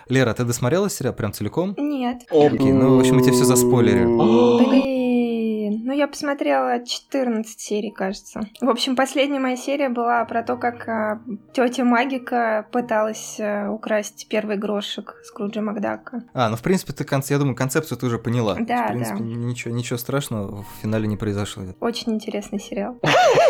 Лера, ты досмотрела сериал прям целиком? Нет. Окей, ну, в общем, мы тебе все заспойлерили. Блин, ну я посмотрела 14 серий, кажется. В общем, последняя моя серия была про то, как тетя Магика пыталась украсть первый грошек Скруджа Макдака. Ну, в принципе, я думаю, концепцию ты уже поняла. Да, в принципе, ничего страшного в финале не произошло. Очень интересный сериал.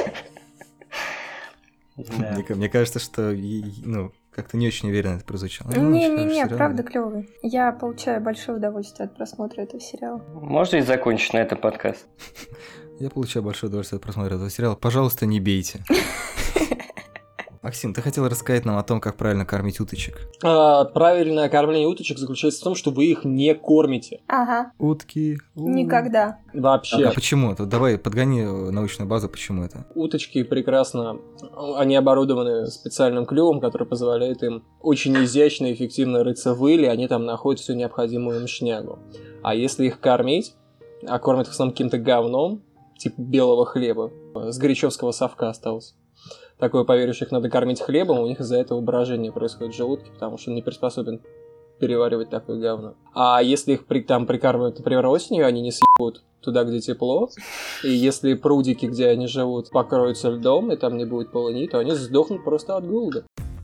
Мне кажется, что как-то не очень уверенно это прозвучало. Не-не-не, правда клёвый. Я получаю большое удовольствие от просмотра этого сериала. Можно и закончить на этом подкаст? Я получаю большое удовольствие от просмотра этого сериала. Пожалуйста, не бейте. Максим, ты хотел рассказать нам о том, как правильно кормить уточек. Правильное кормление уточек заключается в том, что вы их не кормите. Ага. Утки. Никогда. Вообще. А почему? Давай подгони научную базу, почему это. Уточки прекрасно, они оборудованы специальным клювом, который позволяет им очень изящно и эффективно рыться в иле, они там находят всю необходимую им шнягу. А если их кормить, а кормят их в основном каким-то говном, типа белого хлеба, с горячевского совка осталось. Такое, поверишь, их надо кормить хлебом, у них из-за этого брожение происходит в желудке, потому что он не приспособен переваривать такое говно. А если их прикармливают, например, осенью, они не съебут туда, где тепло, и если прудики, где они живут, покроются льдом, и там не будет полыни, то они сдохнут просто от голода.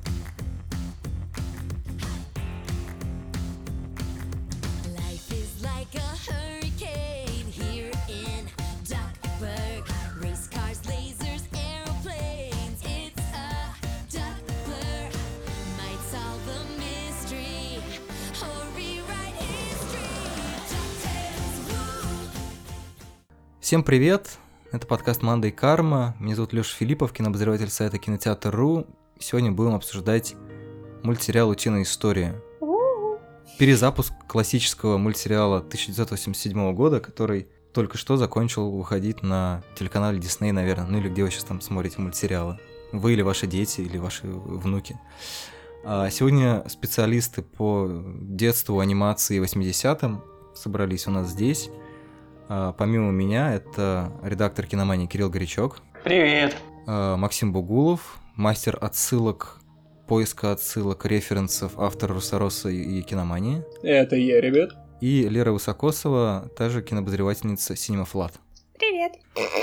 Всем привет, это подкаст «Манда и Карма», меня зовут Лёша Филиппов, кинообозреватель сайта Кинотеатр.ру. Сегодня будем обсуждать мультсериал «Утиная история». Перезапуск классического мультсериала 1987 года, который только что закончил выходить на телеканале Disney, наверное, ну или где вы сейчас там смотрите мультсериалы. Вы или ваши дети, или ваши внуки. Сегодня специалисты по детству, анимации и 80-м собрались у нас здесь. Помимо меня, это редактор киномании Кирилл Горячок. Привет. Максим Бугулов, мастер отсылок, поиска отсылок, референсов, автор Русороса и киномании. Это я, ребят. И Лера Высокосова, та же кинообозревательница Cinema Flat. Привет.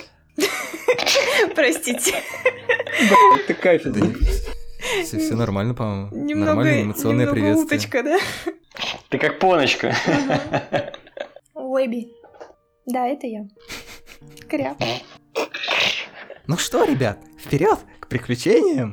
Простите. Это кайф. Все нормально, по-моему. Нормальное анимационное приветствие. Уточка, да? Ты как поночка. Уэби. Да, это я. Кряп. Ну что, ребят, вперед к приключениям!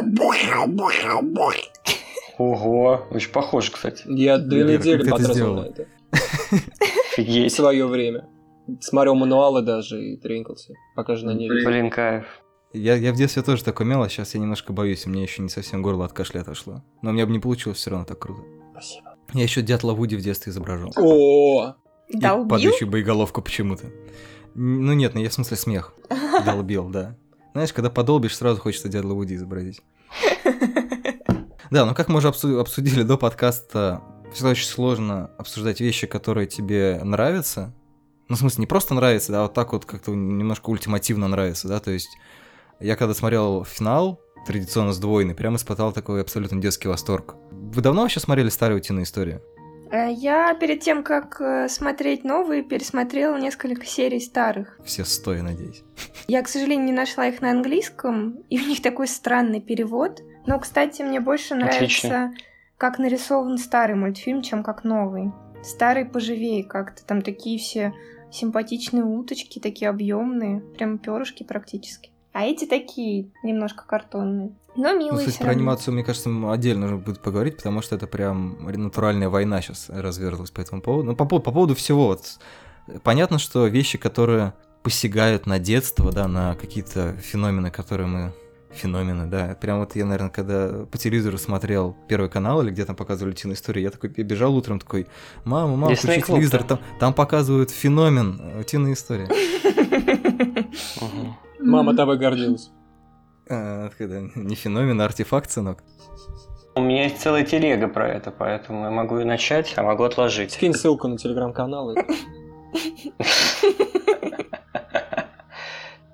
Ого, очень похоже, кстати. Я 2 недели потратил на это. Офигеть. В свое время. Смотрел мануалы даже и тренькался, пока жена не видела. Блин, кайф. Я в детстве тоже так умел, а сейчас я немножко боюсь, у меня еще не совсем горло от кашля отошло. Но у меня бы не получилось все равно так круто. Спасибо. Я еще дятла Вуди в детстве изображал. О! И падающую боеголовку почему-то. Ну нет, я в смысле смех. Долбил, да. Знаешь, когда подолбишь, сразу хочется дятла Вуди изобразить. Да, ну как мы уже обсудили до подкаста, всегда очень сложно обсуждать вещи, которые тебе нравятся. Ну, в смысле, не просто нравится, а вот так вот как-то немножко ультимативно нравится, да, то есть я когда смотрел финал, традиционно сдвоенный, прям испытал такой абсолютно детский восторг. Вы давно вообще смотрели старые утиные истории? Я перед тем, как смотреть новые, пересмотрела несколько серий старых. Все 100, я надеюсь. Я, к сожалению, не нашла их на английском, и у них такой странный перевод. Но, кстати, мне больше нравится, как нарисован старый мультфильм, чем как новый. Старый поживее как-то, там такие все симпатичные уточки, такие объемные, прям перышки практически. А эти такие, немножко картонные. Но милые. Ну, про анимацию, мне кажется, отдельно нужно будет поговорить, потому что это прям натуральная война сейчас развернулась по этому поводу. Ну, по поводу всего. Вот. Понятно, что вещи, которые посягают на детство, да, на какие-то феномены, которые мы... Феномены, да. Прям вот я, наверное, когда по телевизору смотрел Первый канал или где там показывали «Утиную историю», я бежал утром такой: мама, включи телевизор, там показывают феномен «Утиная история». Мама тобой гордилась. Не феномен, а артефакт, сынок. У меня есть целая телега про это, поэтому я могу и начать, а могу отложить. Скинь ссылку на телеграм-канал.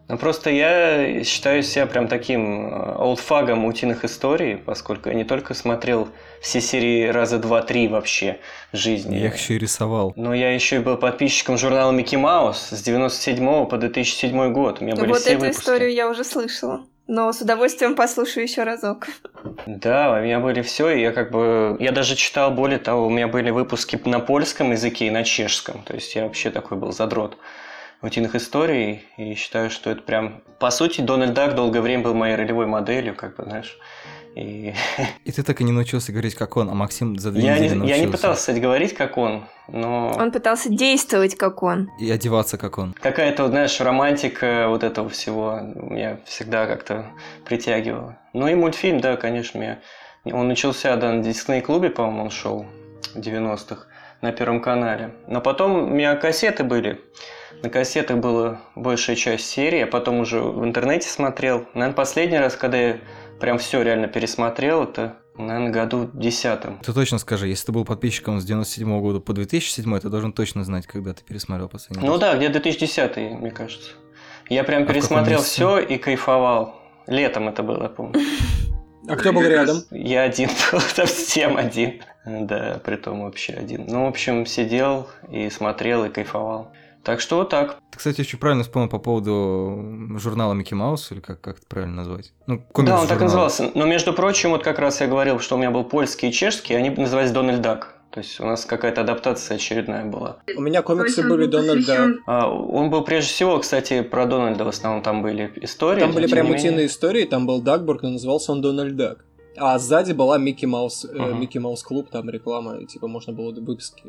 Ну, просто я считаю себя прям таким олдфагом утиных историй, поскольку я не только смотрел все серии раза 2-3 вообще в жизни. Я их еще и рисовал. Но я еще и был подписчиком журнала «Микки Маус» с 97 по 2007 год. У меня были вот все эту выпуски. историю я уже слышала. Но с удовольствием послушаю еще разок. Да, у меня были все, и я даже читал, более того, у меня были выпуски на польском языке и на чешском. То есть я вообще такой был задрот утиных историй, и считаю, что это прям... По сути, Дональд Дак долгое время был моей ролевой моделью, знаешь. И ты так и не научился говорить, как он, а Максим за 2 недели научился. Я не пытался, кстати, говорить, как он, но... Он пытался действовать, как он. И одеваться, как он. Какая-то, знаешь, романтика вот этого всего меня всегда как-то притягивала. Ну и мультфильм, да, конечно, он начался, на Дисней-клубе, по-моему, он шел в 90-х на Первом канале. Но потом у меня кассеты были. На кассетах была большая часть серии, а потом уже в интернете смотрел. Наверное, последний раз, когда я прям все реально пересмотрел, это, наверное, году 10-м. Ты точно скажи, если ты был подписчиком с 97 года по 2007, ты должен точно знать, когда ты пересмотрел последний раз. Ну да, где-то 2010, мне кажется. Я прям пересмотрел все и кайфовал. Летом это было, я помню. А кто был рядом? Я один был, совсем один. Да, притом вообще один. Ну, в общем, сидел и смотрел, и кайфовал. Так что вот так. Ты, кстати, очень правильно вспомнил по поводу журнала Микки Маус, или как это правильно назвать? Ну, да, он так и назывался. Но, между прочим, вот как раз я говорил, что у меня был польский и чешский, они назывались Дональд Дак. То есть у нас какая-то адаптация очередная была. У меня комиксы были Дональд Дак. Он был прежде всего, кстати, про Дональда в основном там были истории. Там были прям утиные истории, там был Дагбург, но назывался он Дональд Дак. А сзади была Микки Маус, Микки Маус Клуб, там реклама, типа можно было выпуски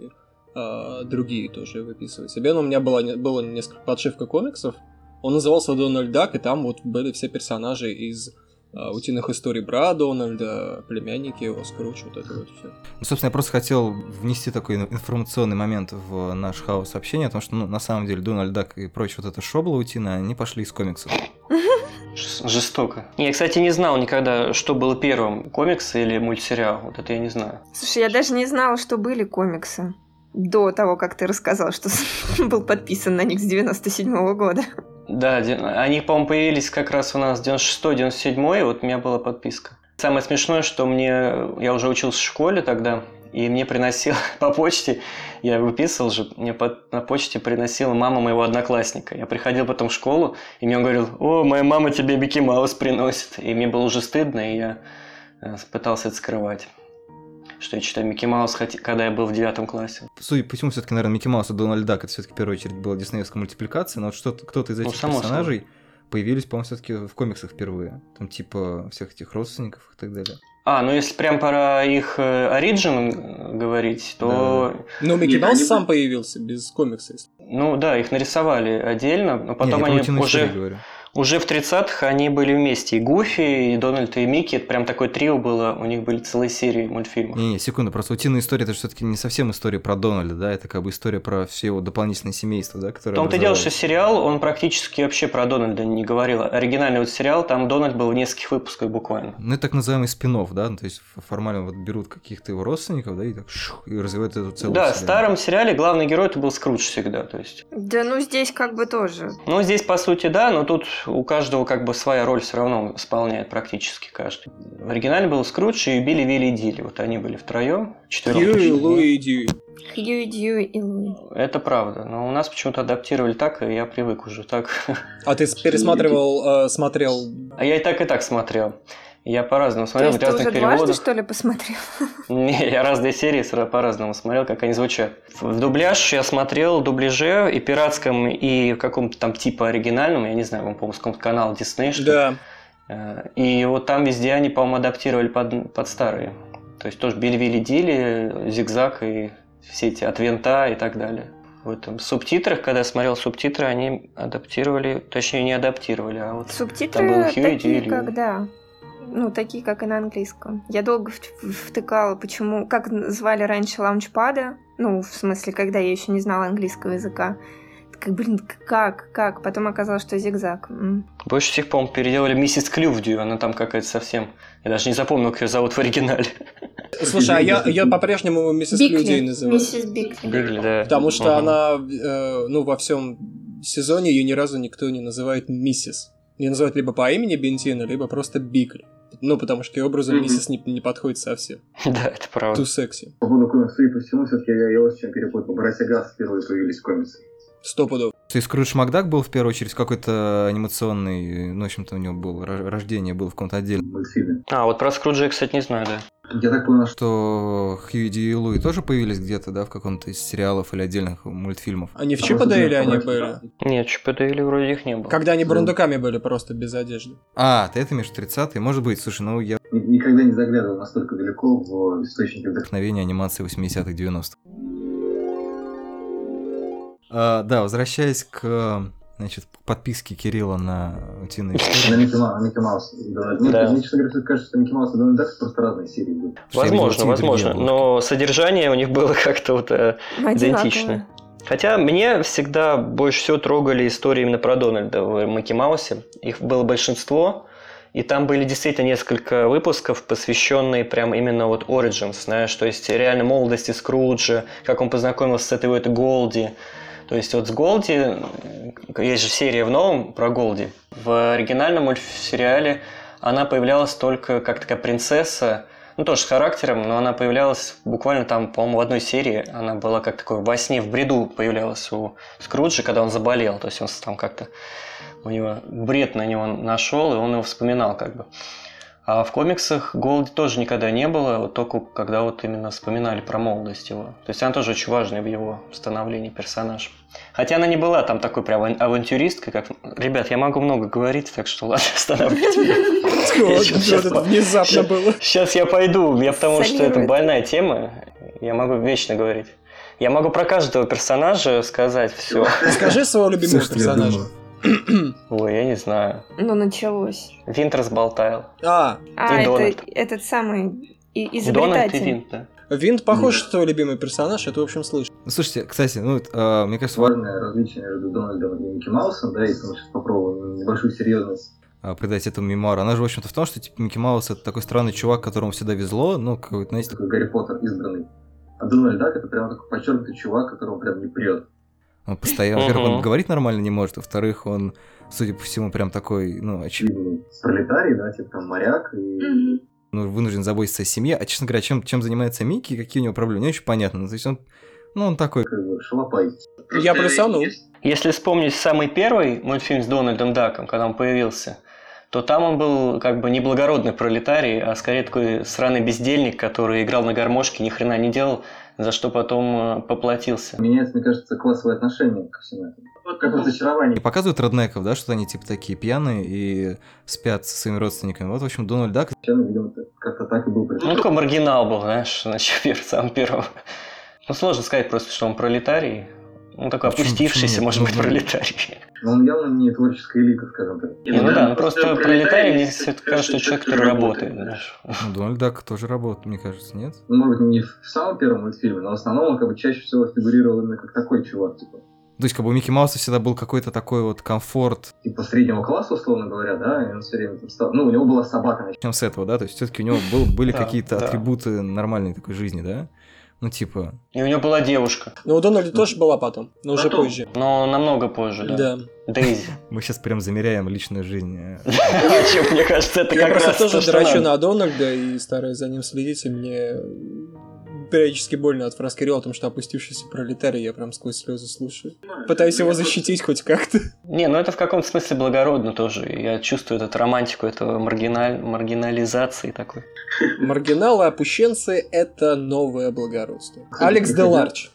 другие тоже выписывать себе. Но у меня было несколько подшивка комиксов. Он назывался Дональд Дак, и там вот были все персонажи из утиных историй Бра Дональда, племянники его, Скрудж, вот это вот все. Ну, собственно, я просто хотел внести такой информационный момент в наш хаос общения, потому что, на самом деле, Дональд Дак и прочее вот это шобло утиное, они пошли из комиксов. Жестоко. Я, кстати, не знал никогда, что было первым, комиксы или мультсериал. Вот это я не знаю. Слушай, я даже не знала, что были комиксы до того, как ты рассказал, что был подписан на них с 97-го года. Да, они, по-моему, появились как раз у нас 96-97, и вот у меня была подписка. Самое смешное, что я уже учился в школе тогда, и мне приносил по почте, я выписывал же, мне на почте приносила мама моего одноклассника. Я приходил потом в школу, и мне он говорил: «О, моя мама тебе Микки Маус приносит». И мне было уже стыдно, и я пытался это скрывать, что я читаю Микки Маус, когда я был в 9 классе. Судя по всему, все-таки, наверное, Микки Маус и Дональд Дак это все-таки в первую очередь была диснеевская мультипликация, но вот кто-то из этих персонажей появились, по-моему, все-таки в комиксах впервые. Там типа всех этих родственников и так далее. Ну если прям про их оригин говорить, то... Да. Ну, Микки Маус сам появился без комикса. Ну да, их нарисовали отдельно, но потом они уже в 30-х они были вместе. И Гуфи, и Дональд, и Микки. Это прям такое трио было. У них были целые серии мультфильмов. Не, секунду. Просто «Утиная история» — это все-таки не совсем история про Дональда, да? Это как бы история про все его дополнительное семейство, да? Которое в том-то и дело, что сериал, он практически вообще про Дональда не говорил. Оригинальный вот сериал, там Дональд был в нескольких выпусках буквально. Ну, это так называемый спин-офф, да? То есть формально вот берут каких-то его родственников, да, и так и развивают эту целую Да, вселенную. в старом сериале главный герой это был Скрудж всегда, то есть. Да, ну здесь как бы тоже. Ну, здесь по сути да, но тут у каждого как бы своя роль все равно исполняет практически каждый. В оригинале был Скрудж и Билли, Вилли и Дилли. Вот они были втроем, четвером. Хьюи, Луи и Дьюи. Хьюи, Дьюи и Луи. Это правда, но у нас почему-то адаптировали так, и я привык уже так. А ты пересматривал, смотрел? А я и так смотрел. Я по-разному смотрел, в разных переводах. Ты уже дважды, что ли, посмотрел? Не, я разные серии по-разному смотрел, как они звучат. В дубляж я смотрел в дубляже и пиратском, и в каком-то там типа оригинальном, я не знаю, по-моему, с каком-то канала Disney, что ли. Да. И вот там везде они, по-моему, адаптировали под старые. То есть тоже Билли, Дилли, Зигзаг и все эти от винта и так далее. В этом субтитрах, когда я смотрел субтитры, они адаптировали, точнее не адаптировали, а вот субтитры там был Хьюи, такие, Дилли. Когда... Ну, такие, как и на английском. Я долго втыкала, почему... Как звали раньше лаунчпада. Ну, в смысле, когда я еще не знала английского языка. Как? Потом оказалось, что Зигзаг. Больше всех, по-моему, переделали миссис Клювдью. Она там какая-то совсем... Я даже не запомнил, как ее зовут в оригинале. Слушай, а я по-прежнему миссис Клювдью называю. Миссис Бикли. Да. Потому что она, ну, во всем сезоне ее ни разу никто не называет миссис. Ее называют либо по имени Бентина, либо просто Бикли. Ну, потому что к ее образу миссис не подходит совсем. Да, это правда. Too sexy. По поводу комиксов, судя по всему, все-таки я очень чем перепутал. Братья Гасс впервые появились в комиксах. 100 пудов. То есть Скрудж Макдак был в первую очередь какой-то анимационный, ну, в общем-то, у него было рождение было в каком-то отдельном Мультфильме. Вот про Скруджа я, кстати, не знаю, да. Я так понял, что Хьюди и Луи тоже появились где-то, да, в каком-то из сериалов или отдельных мультфильмов. Они в Чип и Дейли они были? Нет, Чип и Дейли вроде их не было. Когда они бурундуками были просто без одежды. Ты это имеешь 30-е? Может быть, слушай, ну я... Никогда не заглядывал настолько далеко в источники вдохновения анимации 80-х, 90-х. Да, возвращаясь к, значит, подписке Кирилла на «Утиные истории». На Микки Маус. Мне, честно говоря, кажется, что Микки Маус и Дональд Дак просто разные серии были. Возможно. Но содержание у них было как-то вот идентичное. Хотя мне всегда больше всего трогали истории именно про Дональда в Микки Маусе. Их было большинство. И там были действительно несколько выпусков, посвященные прям именно вот Origins, знаешь, то есть реально молодости Скруджа, как он познакомился с этой вот Голди. То есть вот с Голди, есть же серия в новом про Голди. В оригинальном мультсериале она появлялась только как такая принцесса, ну тоже с характером, но она появлялась буквально там, по-моему, в одной серии. Она была как такой во сне, в бреду появлялась у Скруджа, когда он заболел. То есть он там как-то, у него бред на него нашел, и он его вспоминал как бы. А в комиксах Голди тоже никогда не было, вот только когда вот именно вспоминали про молодость его. То есть она тоже очень важная в его становлении персонажа. Хотя она не была там такой прям авантюристкой, как... Ребят, я могу много говорить, так что ладно, останавливайтесь. Внезапно было. Сейчас я пойду, потому что это больная тема, я могу вечно говорить. Я могу про каждого персонажа сказать все. Скажи своего любимого персонажа. Ой, я не знаю. Ну, началось. Винт разболтайл. Это этот самый изобретатель. Дональд и Винт, да. Винт похож, что твой любимый персонаж, это в общем слышно. Ну, слушайте, кстати, мне кажется... Важное различие между Дональдом и Микки Маусом, да, если мы сейчас попробуем небольшую серьезность придать этому мемуару. Она же, в общем-то, в том, что типа Микки Маус — это такой странный чувак, которому всегда везло, ну, какой-то, знаете... Такой Гарри Поттер избранный. А Дональд Дак — это прям такой подчеркнутый чувак, которому прям не прет. Он постоянно, во-первых, он говорить нормально не может, во-вторых, он, судя по всему, прям такой, ну, очевидный. Пролетарий, да, типа там моряк и... Ну, вынужден заботиться о семье. А, честно говоря, чем занимается Микки и какие у него проблемы, не очень понятно. Ну, то есть он такой... Как бы шалопай. Я плюсанул. Если вспомнить самый первый мультфильм с Дональдом Даком, когда он появился, то там он был как бы не благородный пролетарий, а скорее такой сраный бездельник, который играл на гармошке, ни хрена не делал, за что потом поплатился. Меняется, мне кажется, классовое отношение ко всему этому. Как разочарование. И показывают реднеков, да, что они типа такие пьяные и спят со своими родственниками. Вот, в общем, Дональд Дак... Видимо, как-то так и был. Ну, такой маргинал был, знаешь, значит, самым первым. Ну, сложно сказать просто, что он пролетарий. Он такой опустившийся, может быть, пролетарий. Но он явно не творческая элита, скажем так. Ну просто пролетарий, мне кажется, человек, который работает, знаешь. Ну, Дональд Дак тоже работает, мне кажется, нет? Ну, может быть, не в самом первом мультфильме, но в основном он как бы чаще всего фигурировал именно как такой чувак, типа. То есть, как бы у Микки Мауса всегда был какой-то такой вот комфорт. Типа среднего класса, условно говоря, да, и он все время там стал... Ну, у него была собака. Начнем с этого, да, то есть все-таки у него были какие-то атрибуты нормальной такой жизни, да? Ну, типа... И у него была девушка. Ну, у Дональда тоже была потом, но уже позже. Но намного позже, да. Дейзи. Мы сейчас прям замеряем личную жизнь. Мне кажется, это как раз Я просто тоже драчу на Дональда и стараюсь за ним следить, и мне периодически больно от фразы Кирилла о том, что опустившийся пролетарий, я прям сквозь слезы слушаю. Пытаюсь его защитить хоть как-то. Не, ну это в каком-то смысле благородно тоже. Я чувствую эту романтику, этого маргинализации такой. Маргиналы, опущенцы — это новое благородство. Алекс Деларч.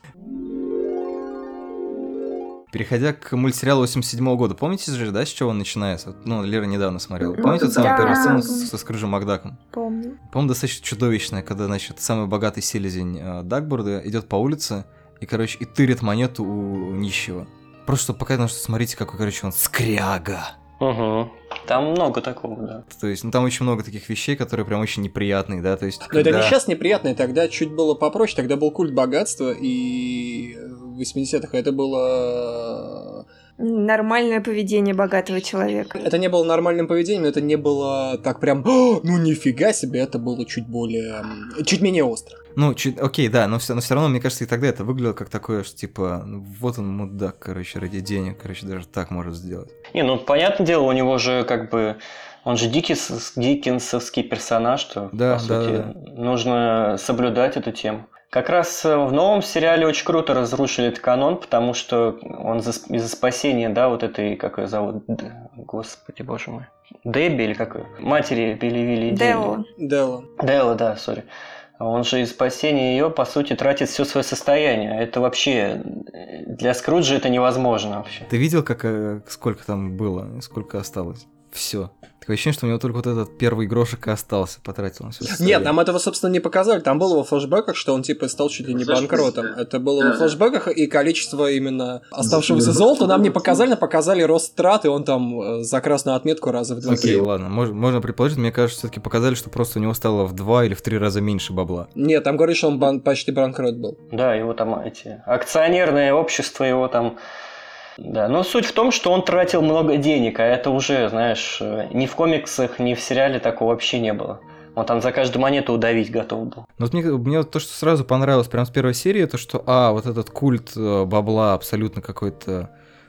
Переходя к мультсериалу 87-го года, помните же, да, с чего он начинается? Ну, Лера недавно смотрела. Помните самую первую сцену со Скруджем Макдаком? Помню. По-моему, достаточно чудовищная, когда, значит, самый богатый селезень Дагборда идет по улице и, короче, и тырит монету у нищего. Просто чтобы показать, что смотрите, какой, короче, он скряга. Угу. Там много такого, да. То есть, ну там очень много таких вещей, которые прям очень неприятные, да, то есть... Но это не сейчас неприятные, тогда чуть было попроще, тогда был культ богатства, и в 80-х это было... Нормальное поведение богатого человека. Это не было нормальным поведением, это не было так прям, ну нифига себе, это было чуть более... чуть менее остро. Ну, окей, да, но все равно, мне кажется, и тогда это выглядело как такое, что типа, вот он мудак, короче, ради денег, короче, даже так может сделать. Не, ну, понятное дело, у него же как бы... Он же диккенсовский персонаж, что, по сути, нужно соблюдать эту тему. Как раз в новом сериале очень круто разрушили этот канон, потому что он из-за спасения, да, вот этой, как ее зовут, господи, боже мой, Дебби или как ее? Матери Билли Вилли и Делла, да, сори. Он же из спасения ее, по сути, тратит все свое состояние. Это вообще... Для Скруджа это невозможно вообще. Ты видел, сколько там было, сколько осталось? Все. Такое ощущение, что у него только вот этот первый грошек и остался, потратил он все. Нет, нам этого, собственно, не показали. Там было во флешбеках, что он, типа, стал чуть ли не банкротом. Это было во флешбеках, и количество именно оставшегося золота нам не показали, но показали рост трат, и он там за красную отметку раза в 2. Окей, ладно, можно предположить, мне кажется, все-таки показали, что просто у него стало в 2 или в 3 раза меньше бабла. Нет, там говорит, что он почти банкрот был. Да, его там акционерное общество его там... Да, но суть в том, что он тратил много денег, а это уже, знаешь, ни в комиксах, ни в сериале такого вообще не было. Он там за каждую монету удавить готов был. Ну вот мне то, что сразу понравилось прямо с первой серии, то, что, вот этот культ бабла абсолютно какой-то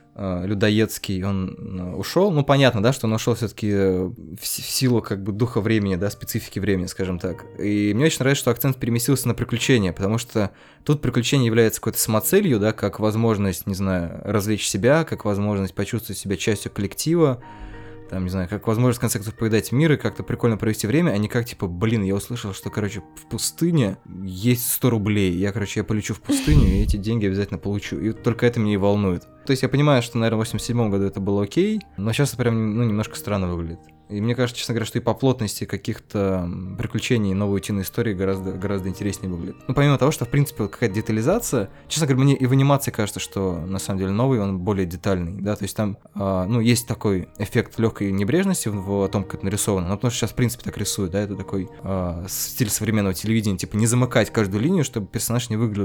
людоедский, он ушел. Ну, понятно, да, что он ушел все-таки в силу как бы духа времени, да, специфики времени, скажем так. И мне очень нравится, что акцент переместился на приключения, потому что тут приключение является какой-то самоцелью, да, как возможность, не знаю, развлечь себя, как возможность почувствовать себя частью коллектива, там, не знаю, как возможность, в конце концов, повидать мир и как-то прикольно провести время, а не как, типа, блин, я услышал, что, короче, в пустыне есть 100 рублей, я полечу в пустыню, и эти деньги обязательно получу, и только это меня и волнует. То есть я понимаю, что, наверное, в 87-м году это было окей, но сейчас это прям, немножко странно выглядит. И мне кажется, честно говоря, что и по плотности каких-то приключений новой утиной истории гораздо интереснее выглядит. Ну, помимо того, что, в принципе, вот какая-то детализация, честно говоря, мне и в анимации кажется, что, на самом деле, новый, он более детальный, да, то есть там, есть такой эффект легкой небрежности в том, как это нарисовано, но потому что сейчас, в принципе, так рисуют, да, это такой стиль современного телевидения, типа, не замыкать каждую линию, чтобы персонаж не выглядел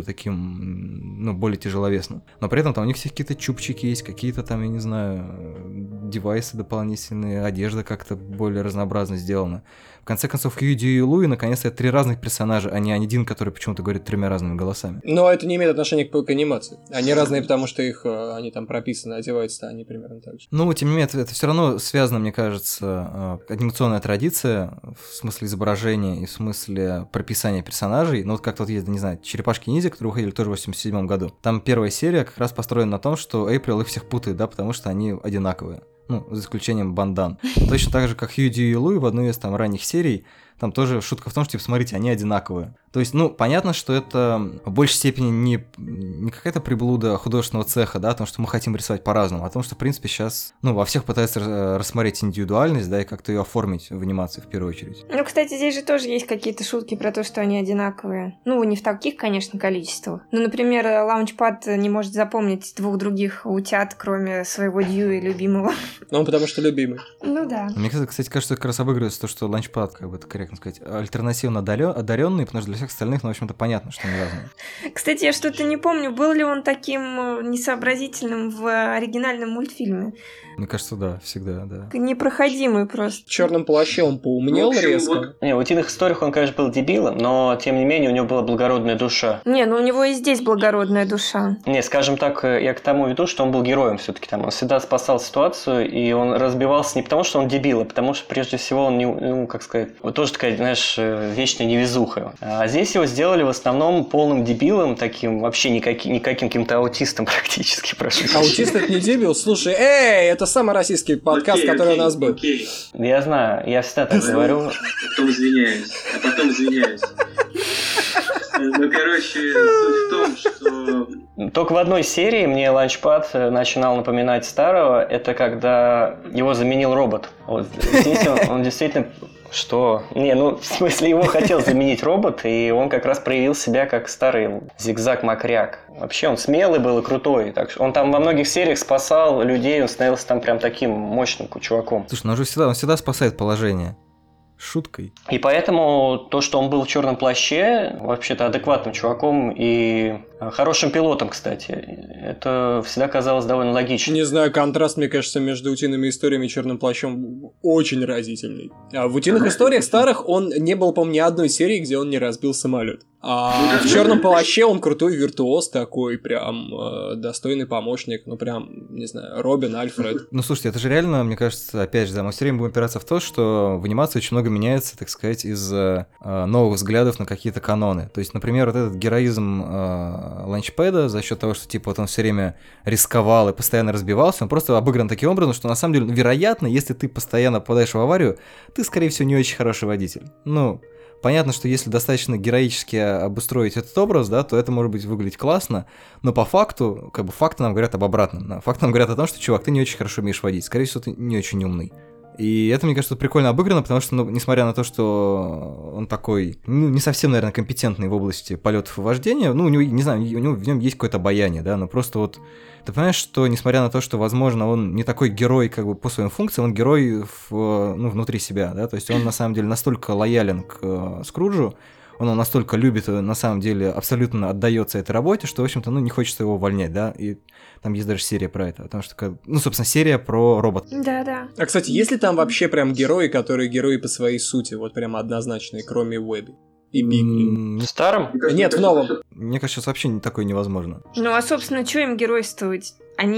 таким, более тяжеловесным. Но при этом там у них все какие-то чубчики есть, какие-то там, я не знаю, девайсы дополнительные, одежда как-то более разнообразно сделана. В конце концов, Хьюди и Луи, наконец-то, это 3 разных персонажа, а не один, который почему-то говорит 3 разными голосами. Но это не имеет отношения к анимации. Они разные, потому что они там прописаны, одеваются-то они примерно так же. Ну, тем не менее, это все равно связано, мне кажется, анимационная традиция, в смысле изображения и в смысле прописания персонажей. Ну, вот как-то вот есть, не знаю, «Черепашки-ниндзя», которые выходили тоже в 87 году. Там первая серия как раз построена на том, что Эйприл их всех путает, да, потому что они одинаковые. Ну, за исключением бандан. Точно так же, как Хьюди и Луи в одной из там ранних серий, там тоже шутка в том, что, типа, смотрите, они одинаковые. То есть, понятно, что это в большей степени не какая-то приблуда художественного цеха, да, о том, что мы хотим рисовать по-разному, а о том, что, в принципе, сейчас, во всех пытаются рассмотреть индивидуальность, да, и как-то ее оформить в анимации в первую очередь. Ну, кстати, здесь же тоже есть какие-то шутки про то, что они одинаковые. Ну, не в таких, конечно, количествах. Ну, например, Лаунчпад не может запомнить 2 других утят, кроме своего Дьюи любимого. Ну, потому что любимый. Ну, да. Мне, кстати, кажется, как раз обыгрывается то, что Лаунчпад, как бы это корректно сказать, альтернативно одаренный, потому что для всех остальных, в общем-то, понятно, что они разные. Кстати, я что-то не помню, был ли он таким несообразительным в оригинальном мультфильме. Мне кажется, да, всегда, да. Непроходимый просто. В черном плаще он поумнел резко. Не, в «Утиных историях» он, конечно, был дебилом, но, тем не менее, у него была благородная душа. Не, у него и здесь благородная душа. Не, скажем так, я к тому веду, что он был героем все-таки там. Он всегда спасал ситуацию, и он разбивался не потому, что он дебил, а потому что, прежде всего, он как сказать, вот тоже такая, знаешь, вечная невезуха. А здесь его сделали в основном полным дебилом, таким вообще никаким каким-то аутистом практически, прошу. Аутист — это не дебил? Слушай, это самый российский подкаст, который у нас был. Я знаю, я всегда так говорю. А потом извиняюсь. Ну, короче, суть в том, что... Только в одной серии мне Ланчпад начинал напоминать старого. Это когда его заменил робот. Вот здесь он действительно... Что? В смысле, его хотел заменить робот, и он как раз проявил себя как старый зигзаг-макряк. Вообще, он смелый был и крутой. Так что он там во многих сериях спасал людей, он становился там прям таким мощным чуваком. Слушай, он всегда спасает положение. Шуткой. И поэтому то, что он был в черном плаще, вообще-то адекватным чуваком, и Хорошим пилотом, кстати. Это всегда казалось довольно логично. Не знаю, контраст, мне кажется, между утиными историями и черным плащом очень разительный. А в утиных историях старых он не был, по-моему, ни одной серии, где он не разбил самолет. А в черном плаще он крутой виртуоз такой, прям достойный помощник, ну прям, не знаю, Робин, Альфред. Ну слушайте, это же реально, мне кажется, опять же, да, мы все время будем опираться в то, что в анимации очень много меняется, так сказать, из новых взглядов на какие-то каноны. То есть, например, вот этот героизм Ланчпэда за счет того, что типа вот он все время рисковал и постоянно разбивался, он просто обыгран таким образом, что на самом деле, вероятно, если ты постоянно попадаешь в аварию, ты, скорее всего, не очень хороший водитель. Ну, понятно, что если достаточно героически обустроить этот образ, да, то это может быть выглядеть классно, но по факту, как бы факты нам говорят об обратном. Да? Факты нам говорят о том, что, чувак, ты не очень хорошо умеешь водить, скорее всего, ты не очень умный. И это, мне кажется, прикольно обыграно, потому что, ну, несмотря на то, что он такой, ну, не совсем, наверное, компетентный в области полетов и вождения, ну, у него, не знаю, в нем есть какое-то обаяние, да, но просто вот ты понимаешь, что, несмотря на то, что, возможно, он не такой герой, как бы, по своим функциям, он герой внутри себя, да, то есть он, на самом деле, настолько лоялен к Скруджу, он его настолько любит и, на самом деле, абсолютно отдается этой работе, что, в общем-то, ну, не хочется его увольнять, да, и там есть даже серия про это, потому что, ну, собственно, серия про робота. Да-да. А, кстати, есть ли там вообще прям герои, которые герои по своей сути, вот прям однозначные, кроме Уэбби и Бигли? В старом? Нет, в новом. Мне кажется, сейчас вообще такое невозможно. Ну, а, собственно, что им геройствовать?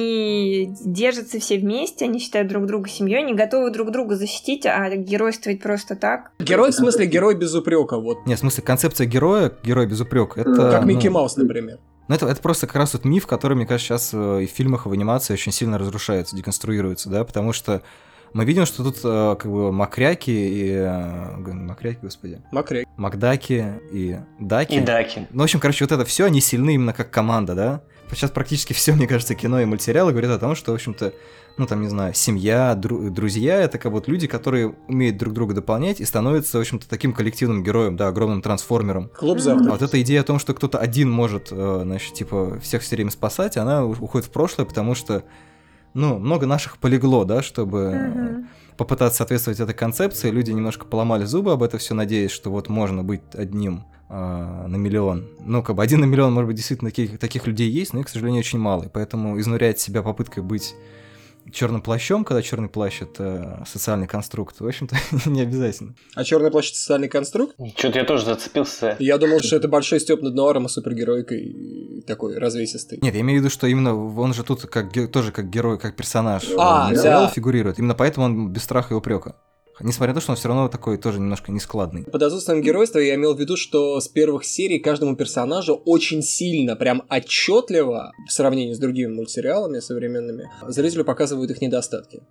Они держатся все вместе, они считают друг друга семьей, они готовы друг друга защитить, а геройствовать просто так. Герой, в смысле, герой без упрека, вот. Нет, в смысле, концепция героя, герой без упрека, это... Как Микки Маус, например. Ну, это просто как раз вот миф, который, мне кажется, сейчас и в фильмах, и в анимации очень сильно разрушается, деконструируется, да, потому что мы видим, что тут как бы макряки и... Макряки, господи. Макдаки и даки. И даки. Ну, в общем, короче, вот это все, они сильны именно как команда, да. Сейчас практически все, мне кажется, кино и мультсериалы говорят о том, что, в общем-то, ну, там, не знаю, семья, друзья — это как вот люди, которые умеют друг друга дополнять и становятся, в общем-то, таким коллективным героем, да, огромным трансформером. Клуб завтра. А вот эта идея о том, что кто-то один может, значит, типа, всех все время спасать, она уходит в прошлое, потому что, ну, много наших полегло, да, чтобы попытаться соответствовать этой концепции. Люди немножко поломали зубы об это все, надеясь, что вот можно быть одним на миллион. Ну, как бы 1 на миллион, может быть, действительно таких людей есть, но их, к сожалению, очень мало. И поэтому изнурять себя попыткой быть черным плащом, когда черный плащ — это социальный конструкт, в общем-то, не обязательно. А черный плащ — это социальный конструкт? Что-то я тоже зацепился. Я думал, что это большой стёб над нуаром и супергеройкой такой развесистый. Нет, я имею в виду, что именно он же тут тоже как герой, как персонаж сериала фигурирует. Именно поэтому он без страха и упрека. Несмотря на то, что он все равно такой тоже немножко нескладный. Под отсутствием геройства я имел в виду, что с первых серий каждому персонажу очень сильно, прям отчетливо, в сравнении с другими мультсериалами современными, зрителю показывают их недостатки.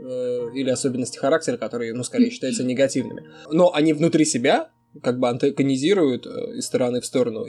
Или особенности характера, которые, ну, скорее считаются негативными. Но они внутри себя как бы антагонизируют из стороны в сторону,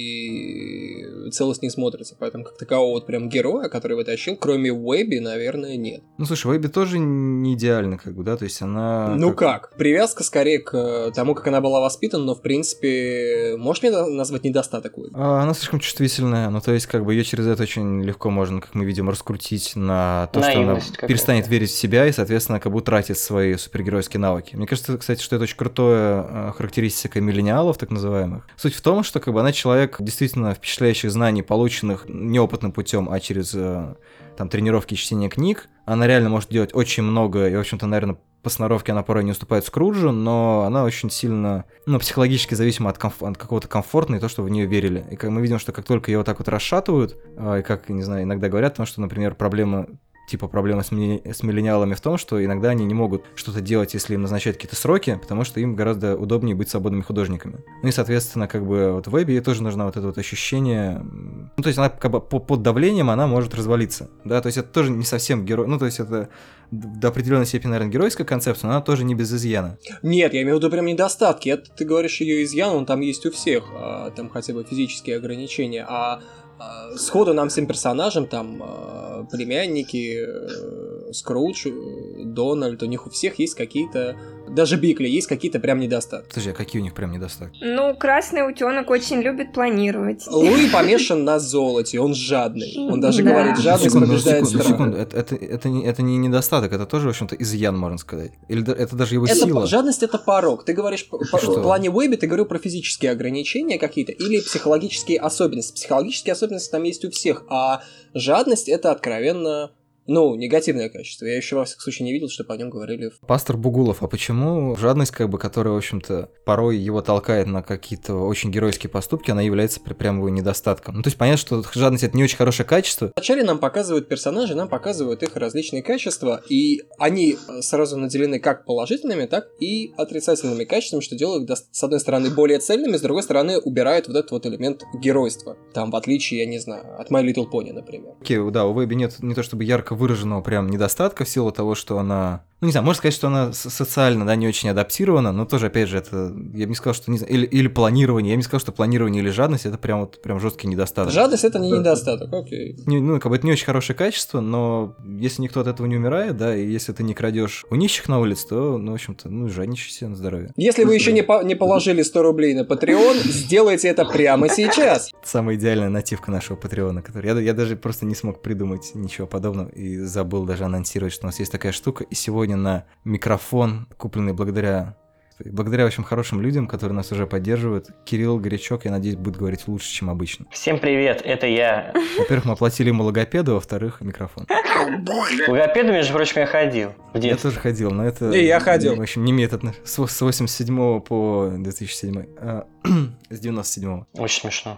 и целостно не смотрится. Поэтому как такового вот прям героя, который вытащил, кроме Уэбби, наверное, нет. Ну, слушай, Уэбби тоже не идеальна, как бы, да, то есть она... Ну как? Привязка скорее к тому, как она была воспитана, но, в принципе, можешь мне назвать недостаток Уэбби? Она слишком чувствительная, ну, то есть, как бы, ее через это очень легко можно, как мы видим, раскрутить на то, наивность, что она перестанет верить в себя и, соответственно, как бы утратит свои супергеройские навыки. Мне кажется, кстати, что это очень крутое характеристика миллениалов, так называемых. Суть в том, что как бы она человек действительно впечатляющих знаний, полученных неопытным путем, а через там тренировки и чтение книг. Она реально может делать очень много, и, в общем-то, наверное, по сноровке она порой не уступает Скруджу, но она очень сильно, ну, психологически зависима от какого-то комфорта и то, что в нее верили. И как мы видим, что как только ее вот так вот расшатывают, и как, не знаю, иногда говорят, потому что, например, проблема с миллениалами в том, что иногда они не могут что-то делать, если им назначают какие-то сроки, потому что им гораздо удобнее быть свободными художниками. Ну и, соответственно, как бы вот в Уэбби ей тоже нужно вот это вот ощущение... Ну, то есть она как бы под давлением она может развалиться, да, то есть это тоже не совсем герой... Ну, то есть это до определенной степени, наверное, геройская концепция, но она тоже не без изъяна. Нет, я имею в виду прям недостатки. Это ты говоришь, ее изъян, он там есть у всех, там хотя бы физические ограничения, а сходу нам всем персонажам, там, племянники, Скрудж, Дональд, у них у всех есть какие-то даже Бикли есть какие-то прям недостатки. Подожди, а какие у них прям недостатки? Ну, красный утенок очень любит планировать. Луи помешан на золоте, он жадный. Он даже говорит, жадность побеждает страх. Секунду, это не недостаток, это тоже, в общем-то, изъян, можно сказать. Или это даже его сила. Жадность — это порог. Ты говоришь, в плане Уэбби ты говорил про физические ограничения какие-то или психологические особенности. Психологические особенности там есть у всех, а жадность — это откровенно... негативное качество. Я еще, во всяком случае, не видел, чтобы о нем говорили. Пастор Бугулов, а почему жадность, которая, в общем-то, порой его толкает на какие-то очень геройские поступки, она является прям его недостатком? Ну, то есть понятно, что жадность — это не очень хорошее качество. Вначале нам показывают персонажей, нам показывают их различные качества, и они сразу наделены как положительными, так и отрицательными качествами, что делает их, с одной стороны, более цельными, с другой стороны, убирают вот этот вот элемент геройства. Там, в отличие, я не знаю, от My Little Pony, например. Окей, да, у Вэби нет не то чтобы ярко выраженного прям недостатка в силу того, что она... не знаю, можно сказать, что она социально, да, не очень адаптирована, но тоже, опять же, это... Я бы не сказал, что... Не знаю, или планирование. Я бы не сказал, что планирование или жадность — это прям жесткий недостаток. Жадность — это не недостаток, окей. Это не очень хорошее качество, но если никто от этого не умирает, да, и если ты не крадешь у нищих на улице, то, в общем-то, жадничай себе на здоровье. Если вы еще не положили 100 рублей на Patreon, сделайте это прямо сейчас. Самая идеальная нативка нашего Патреона, который... Я даже просто не смог придумать ничего подобного и забыл даже анонсировать, что у нас есть такая штука, и сегодня на микрофон, купленный благодаря, в общем, хорошим людям, которые нас уже поддерживают, Кирилл Горячок, я надеюсь, будет говорить лучше, чем обычно. Всем привет, это я. Во-первых, мы оплатили ему логопеду, во-вторых, микрофон. К логопеду, между прочим, я ходил в детстве. Я тоже ходил, но это... И я ходил. В общем, не имеет отношения. С 87 по 2007. С 97. Очень смешно.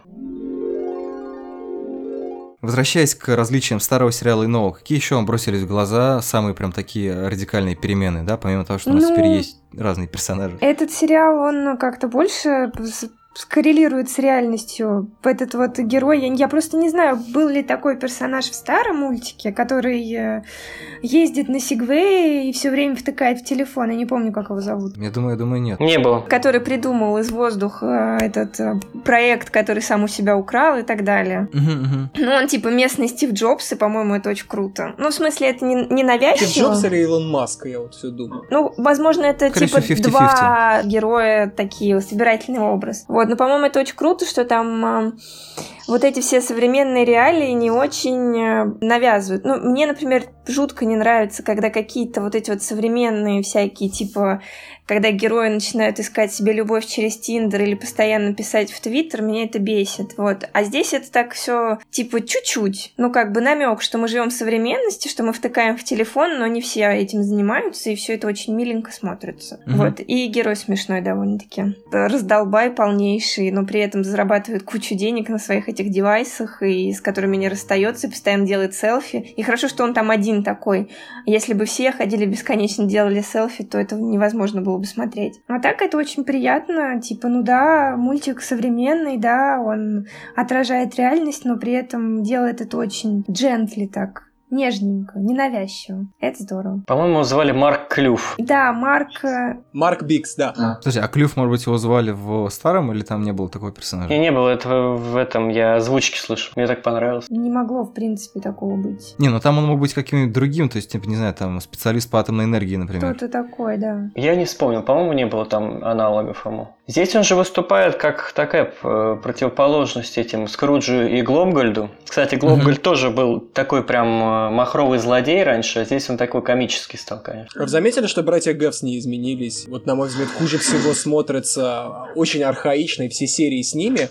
Возвращаясь к различиям старого сериала и нового, какие еще вам бросились в глаза самые прям такие радикальные перемены, да, помимо того, что у нас теперь есть разные персонажи? Этот сериал, он как-то больше скоррелирует с реальностью. Этот вот герой, я просто не знаю, был ли такой персонаж в старом мультике, который ездит на сегвее и все время втыкает в телефон. Я не помню, как его зовут. Я думаю, нет. Не было. Который придумал из воздуха этот проект, который сам у себя украл и так далее. Ну, он типа местный Стив Джобс, и, по-моему, это очень круто. Ну, в смысле, это не навязчиво. Стив Джобс или Илон Маск, я вот все думаю. Ну, возможно, это Конечно, типа 50-50. Два героя, такие, собирательный образ. Вот, но, по-моему, это очень круто, что там вот эти все современные реалии не очень навязывают. Ну, мне, например, жутко не нравится, когда какие-то вот эти вот современные всякие, типа, когда герои начинают искать себе любовь через Тиндер или постоянно писать в Твиттер, меня это бесит. Вот. А здесь это так все типа чуть-чуть. Ну, как бы намек, что мы живем в современности, что мы втыкаем в телефон, но не все этим занимаются, и все это очень миленько смотрится. Вот. И герой смешной довольно-таки. Раздолбай полнейший, но при этом зарабатывает кучу денег на своих этих девайсах, и с которыми не расстается, и постоянно делает селфи. И хорошо, что он там один такой. Если бы все ходили бесконечно, делали селфи, то это невозможно было бы смотреть. А так это очень приятно. Типа, ну да, мультик современный, да, он отражает реальность, но при этом делает это очень джентли так. Нежненько, ненавязчиво. Это здорово. По-моему, его звали Марк Клюв. Да, Марк... Марк Бикс, да. Подожди, а Клюв, может быть, его звали в старом, или там не было такого персонажа? Не было этого в этом, я озвучки слышу. Мне так понравилось. Не могло, в принципе, такого быть. Не, ну там он мог быть каким-нибудь другим, то есть, типа, не знаю, там, специалист по атомной энергии, например. Кто-то такой, да. Я не вспомнил, по-моему, не было там аналогов ему. Здесь он же выступает как такая противоположность этим Скруджу и Гломгольду. Кстати, Гломгольд тоже был такой прям махровый злодей раньше, а здесь он такой комический стал, конечно. Вы заметили, что братья Гэвс не изменились? Вот, на мой взгляд, хуже всего смотрятся очень архаичные все серии с ними.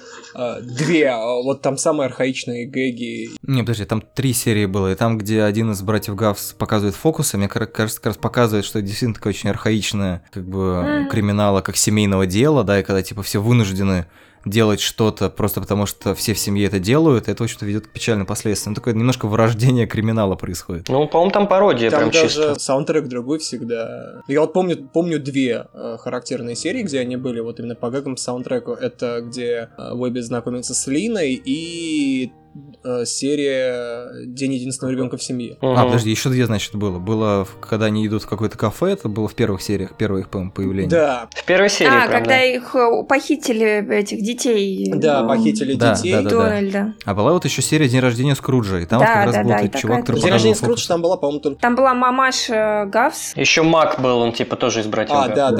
Две, вот там самые архаичные гэги. Не, подожди, там 3 серии было, и там, где один из братьев Гавс показывает фокусы, мне кажется, как раз показывает, что это действительно такое очень архаичное, как бы, криминала, как семейного дела, да, и когда, типа, все вынуждены делать что-то просто потому, что все в семье это делают, это, в общем-то, ведет к печальным последствиям. Ну, такое немножко вырождение криминала происходит. Ну, по-моему, там пародия там прям даже чисто. Саундтрек другой всегда. Я вот помню 2 характерные серии, где они были, вот именно по гэгам саундтреку. Это где Уэбби знакомится с Линой, и серия «День единственного ребенка в семье». Подожди, еще 2, значит, было. Было, когда они идут в какое-то кафе, это было в первых сериях, первое их, по-моему, появление. Да. В первой серии, правда. когда их похитили, этих детей. Да, похитили детей. Дональда. А была вот еще серия «День рождения Скруджа», и там как раз был этот чувак, который «День рождения Скруджа» там была, по-моему, только... Там была мамаша Гавс. Еще Мак был, он типа тоже из братьев.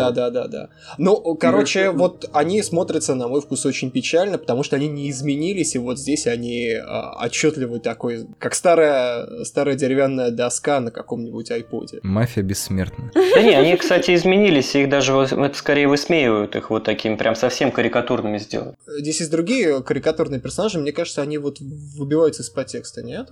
Да. Ну, короче, вот они смотрятся, на мой вкус, очень печально, потому что они не изменились, и вот здесь они отчетливый такой, как старая деревянная доска на каком-нибудь айподе. Мафия бессмертна. Да не, они, кстати, изменились, их даже это скорее высмеивают, их вот такими прям совсем карикатурными сделают. Здесь есть другие карикатурные персонажи, мне кажется, они вот выбиваются из подтекста, нет?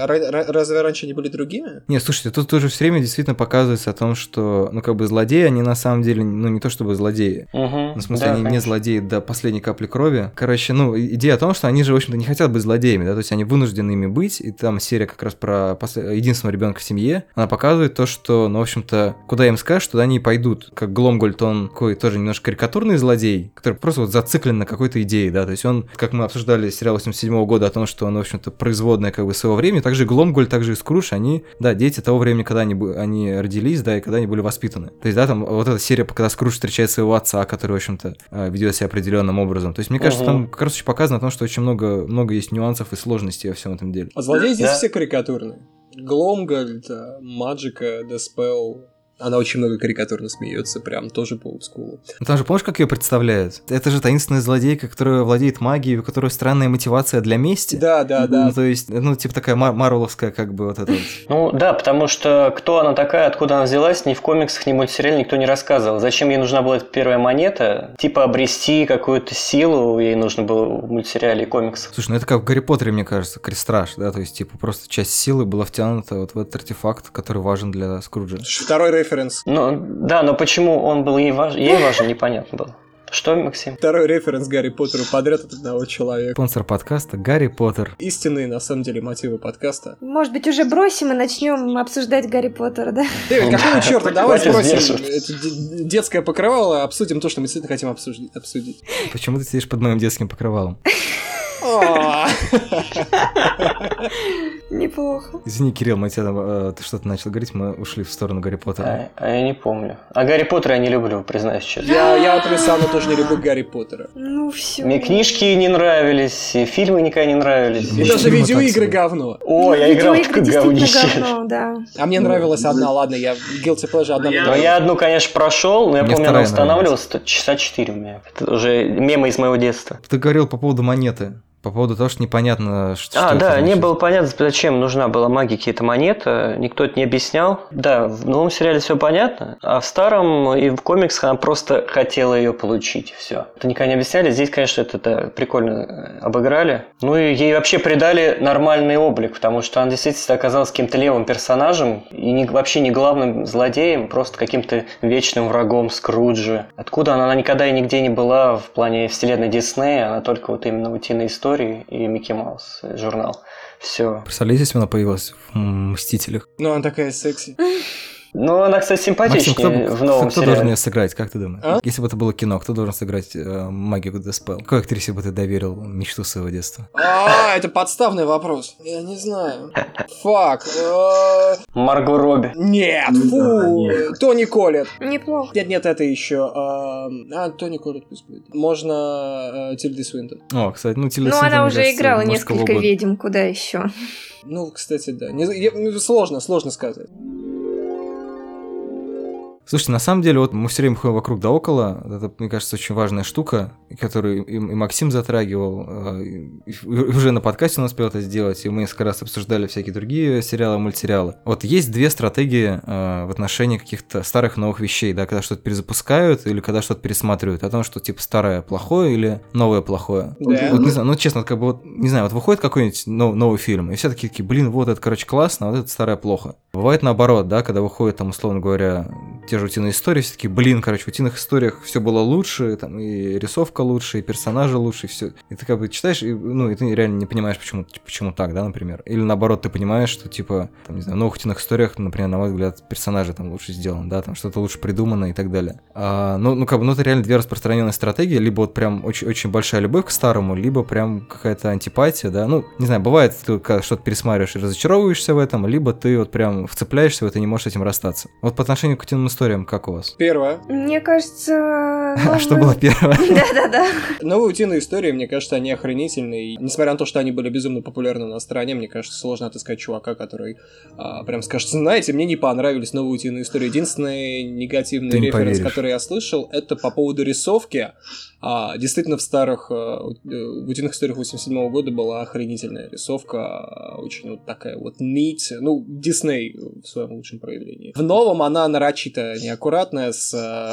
Разве раньше они были другими? Нет, слушайте, тут тоже все время действительно показывается о том, что, ну, как бы злодеи, они на самом деле, ну, не то чтобы злодеи. Ну, в смысле, они не злодеи до последней капли крови. Короче, ну, идея о том, что они же, в общем-то, не хотят быть злодеями, да, то есть они вынуждены ими быть, и там серия как раз про единственного ребенка в семье, она показывает то, что, ну, в общем-то, куда им скажешь, туда они и пойдут. Как Гломгольд, он такой тоже немножко карикатурный злодей, который просто вот зациклен на какой-то идее, да, то есть он, как мы обсуждали сериал 87-го года о том, что он, в общем-то, производная как бы своего времени, также Гломгольд, также и Скрудж, они, да, дети того времени, когда они родились, да, и когда они были воспитаны. То есть, да, там вот эта серия, когда Скрудж встречает своего отца, который, в общем-то, ведет себя определенным образом. То есть, мне кажется, там как раз очень показано о том, что очень много есть нюансов и сложностей во всем этом деле. А злодеи здесь все карикатурные. Гломгольд, Маджика, Деспел. Она очень много карикатурно смеется, прям тоже по олдскулу. Там же, помнишь, как ее представляют? Это же таинственная злодейка, которая владеет магией, у которой странная мотивация для мести. Да. Ну, то есть, ну, типа такая марвеловская, как бы, вот это вот. Ну, да, потому что кто она такая, откуда она взялась, ни в комиксах, ни в мультсериале никто не рассказывал. Зачем ей нужна была эта первая монета? Типа обрести какую-то силу ей нужно было в мультсериале и комиксах. Слушай, ну это как в Гарри Поттере, мне кажется, Крестраж, да, то есть, типа, просто часть силы была втянута вот в этот артефакт, который важен для Скруджа. Второй референс. Ну, да, но почему он был ей важен, непонятно было. Что, Максим? Второй референс Гарри Поттеру подряд от одного человека. Спонсор подкаста Гарри Поттер. Истинные, на самом деле, мотивы подкаста. Может быть, уже бросим и начнем обсуждать Гарри Поттера, да? Дэвид, какого черта? Давай спросим. Это детское покрывало, обсудим то, что мы действительно хотим обсудить. Почему ты сидишь под моим детским покрывалом? Неплохо. Извини, Кирилл, мы тебя ты что-то начал говорить, мы ушли в сторону Гарри Поттера. А я не помню. А Гарри Поттера я не люблю, признаюсь честно. Я отрицаю, но тоже не люблю Гарри Поттера. Ну все. Мне книжки не нравились, и фильмы никогда не нравились. И даже видеоигры говно. О, я играл в такое говнище. Да. А мне нравилась одна, ладно, я Guilty Pleasure одна. Но я одну, конечно, прошел, но я помню, она устанавливалась часа 4 у меня. Это уже мемы из моего детства. Ты говорил по поводу монеты. По поводу того, что непонятно, что это да, значит. Не было понятно, зачем нужна была магии какие-то монеты, никто это не объяснял. Да, в новом сериале все понятно, а в старом и в комиксах она просто хотела ее получить, все. Это никогда не объясняли, здесь, конечно, это прикольно обыграли. Ну и ей вообще придали нормальный облик, потому что она действительно оказалась каким-то левым персонажем и вообще не главным злодеем, просто каким-то вечным врагом Скруджа. Откуда она никогда и нигде не была в плане вселенной Диснея, она только вот именно «Утиные истории» и Микки Маус журнал. Все. Представляете, если бы она появилась в «Мстителях»? Ну, она такая секси. Ну, она, кстати, симпатичнее Максим, в новом кто сериале. должен ее сыграть, как ты думаешь? Если бы это было кино, кто должен сыграть магию Деспел? Какой актрисе бы ты доверил мечту своего детства? Это подставный вопрос. Я не знаю. Фак. Марго Робби. Нет, фу. Тони Коллетт. Неплохо. Нет, это еще. Тони Коллетт пусть будет. Можно Тильда Свинтон. О, кстати, Тильда Свинтон. Ну, она уже играла несколько ведьм, куда еще? Ну, кстати, да. Сложно сказать. Слушайте, на самом деле, вот мы все время ходим вокруг да около. Это, мне кажется, очень важная штука, которую и Максим затрагивал. И уже на подкасте он успел это сделать, и мы несколько раз обсуждали всякие другие сериалы, мультсериалы. Вот есть две стратегии в отношении каких-то старых новых вещей, да, когда что-то перезапускают или когда что-то пересматривают. О том, что типа старое плохое или новое плохое. Да. Вот не знаю, ну честно, как бы вот, не знаю, вот выходит какой-нибудь новый фильм, и все такие, блин, вот это, короче, классно, а вот это старое плохо. Бывает наоборот, да, когда выходит там, условно говоря, те те же утиные истории, все таки блин, короче, в утиных историях все было лучше, там и рисовка лучше, и персонажи лучше, и все. И ты как бы читаешь, и ты реально не понимаешь, почему так, да, например. Или наоборот, ты понимаешь, что, типа, там, не знаю, в новых утиных историях, например, на мой взгляд, персонажи там лучше сделаны, да, там что-то лучше придумано и так далее. Это реально две распространенные стратегии, либо вот прям очень большая любовь к старому, либо прям какая-то антипатия, да, не знаю, бывает, ты что-то пересматриваешь и разочаровываешься в этом, либо ты вот прям вцепляешься в это и не можешь с этим расстаться. Вот по отношению к утиным историям, как у вас? Первое. Мне кажется... А что было первое? Да-да-да. Новые утиные истории, мне кажется, они охренительные. И, несмотря на то, что они были безумно популярны на стороне, мне кажется, сложно отыскать чувака, который прям скажет, знаете, мне не понравились новые утиные истории. Единственный негативный референс, который я слышал, это по поводу рисовки. Действительно, в старых в утиных историях 87 года была охренительная рисовка, очень вот такая вот neat, Дисней в своем лучшем проявлении. В новом она нарочито неаккуратная, с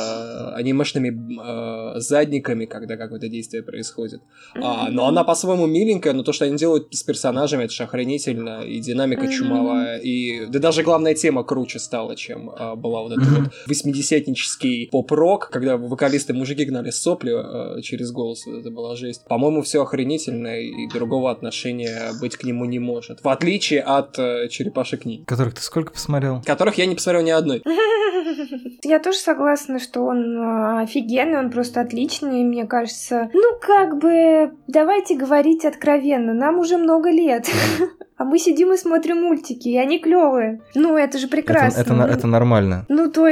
анимешными задниками, когда какое-то действие происходит. Но она по-своему миленькая, но то, что они делают с персонажами, это же охренительно, и динамика чумовая, и даже главная тема круче стала, чем была вот эта вот 80-нический поп-рок, когда вокалисты-мужики гнали сопли через голос, это была жесть. По-моему, все охренительно, и другого отношения быть к нему не может. В отличие от «Черепашек ниндзя». Которых ты сколько посмотрел? Которых я не посмотрел ни одной. Я тоже согласна, что он офигенный, он просто отличный, мне кажется. Давайте говорить откровенно, нам уже много лет. А мы сидим и смотрим мультики, и они клевые. Это же прекрасно. Это нормально.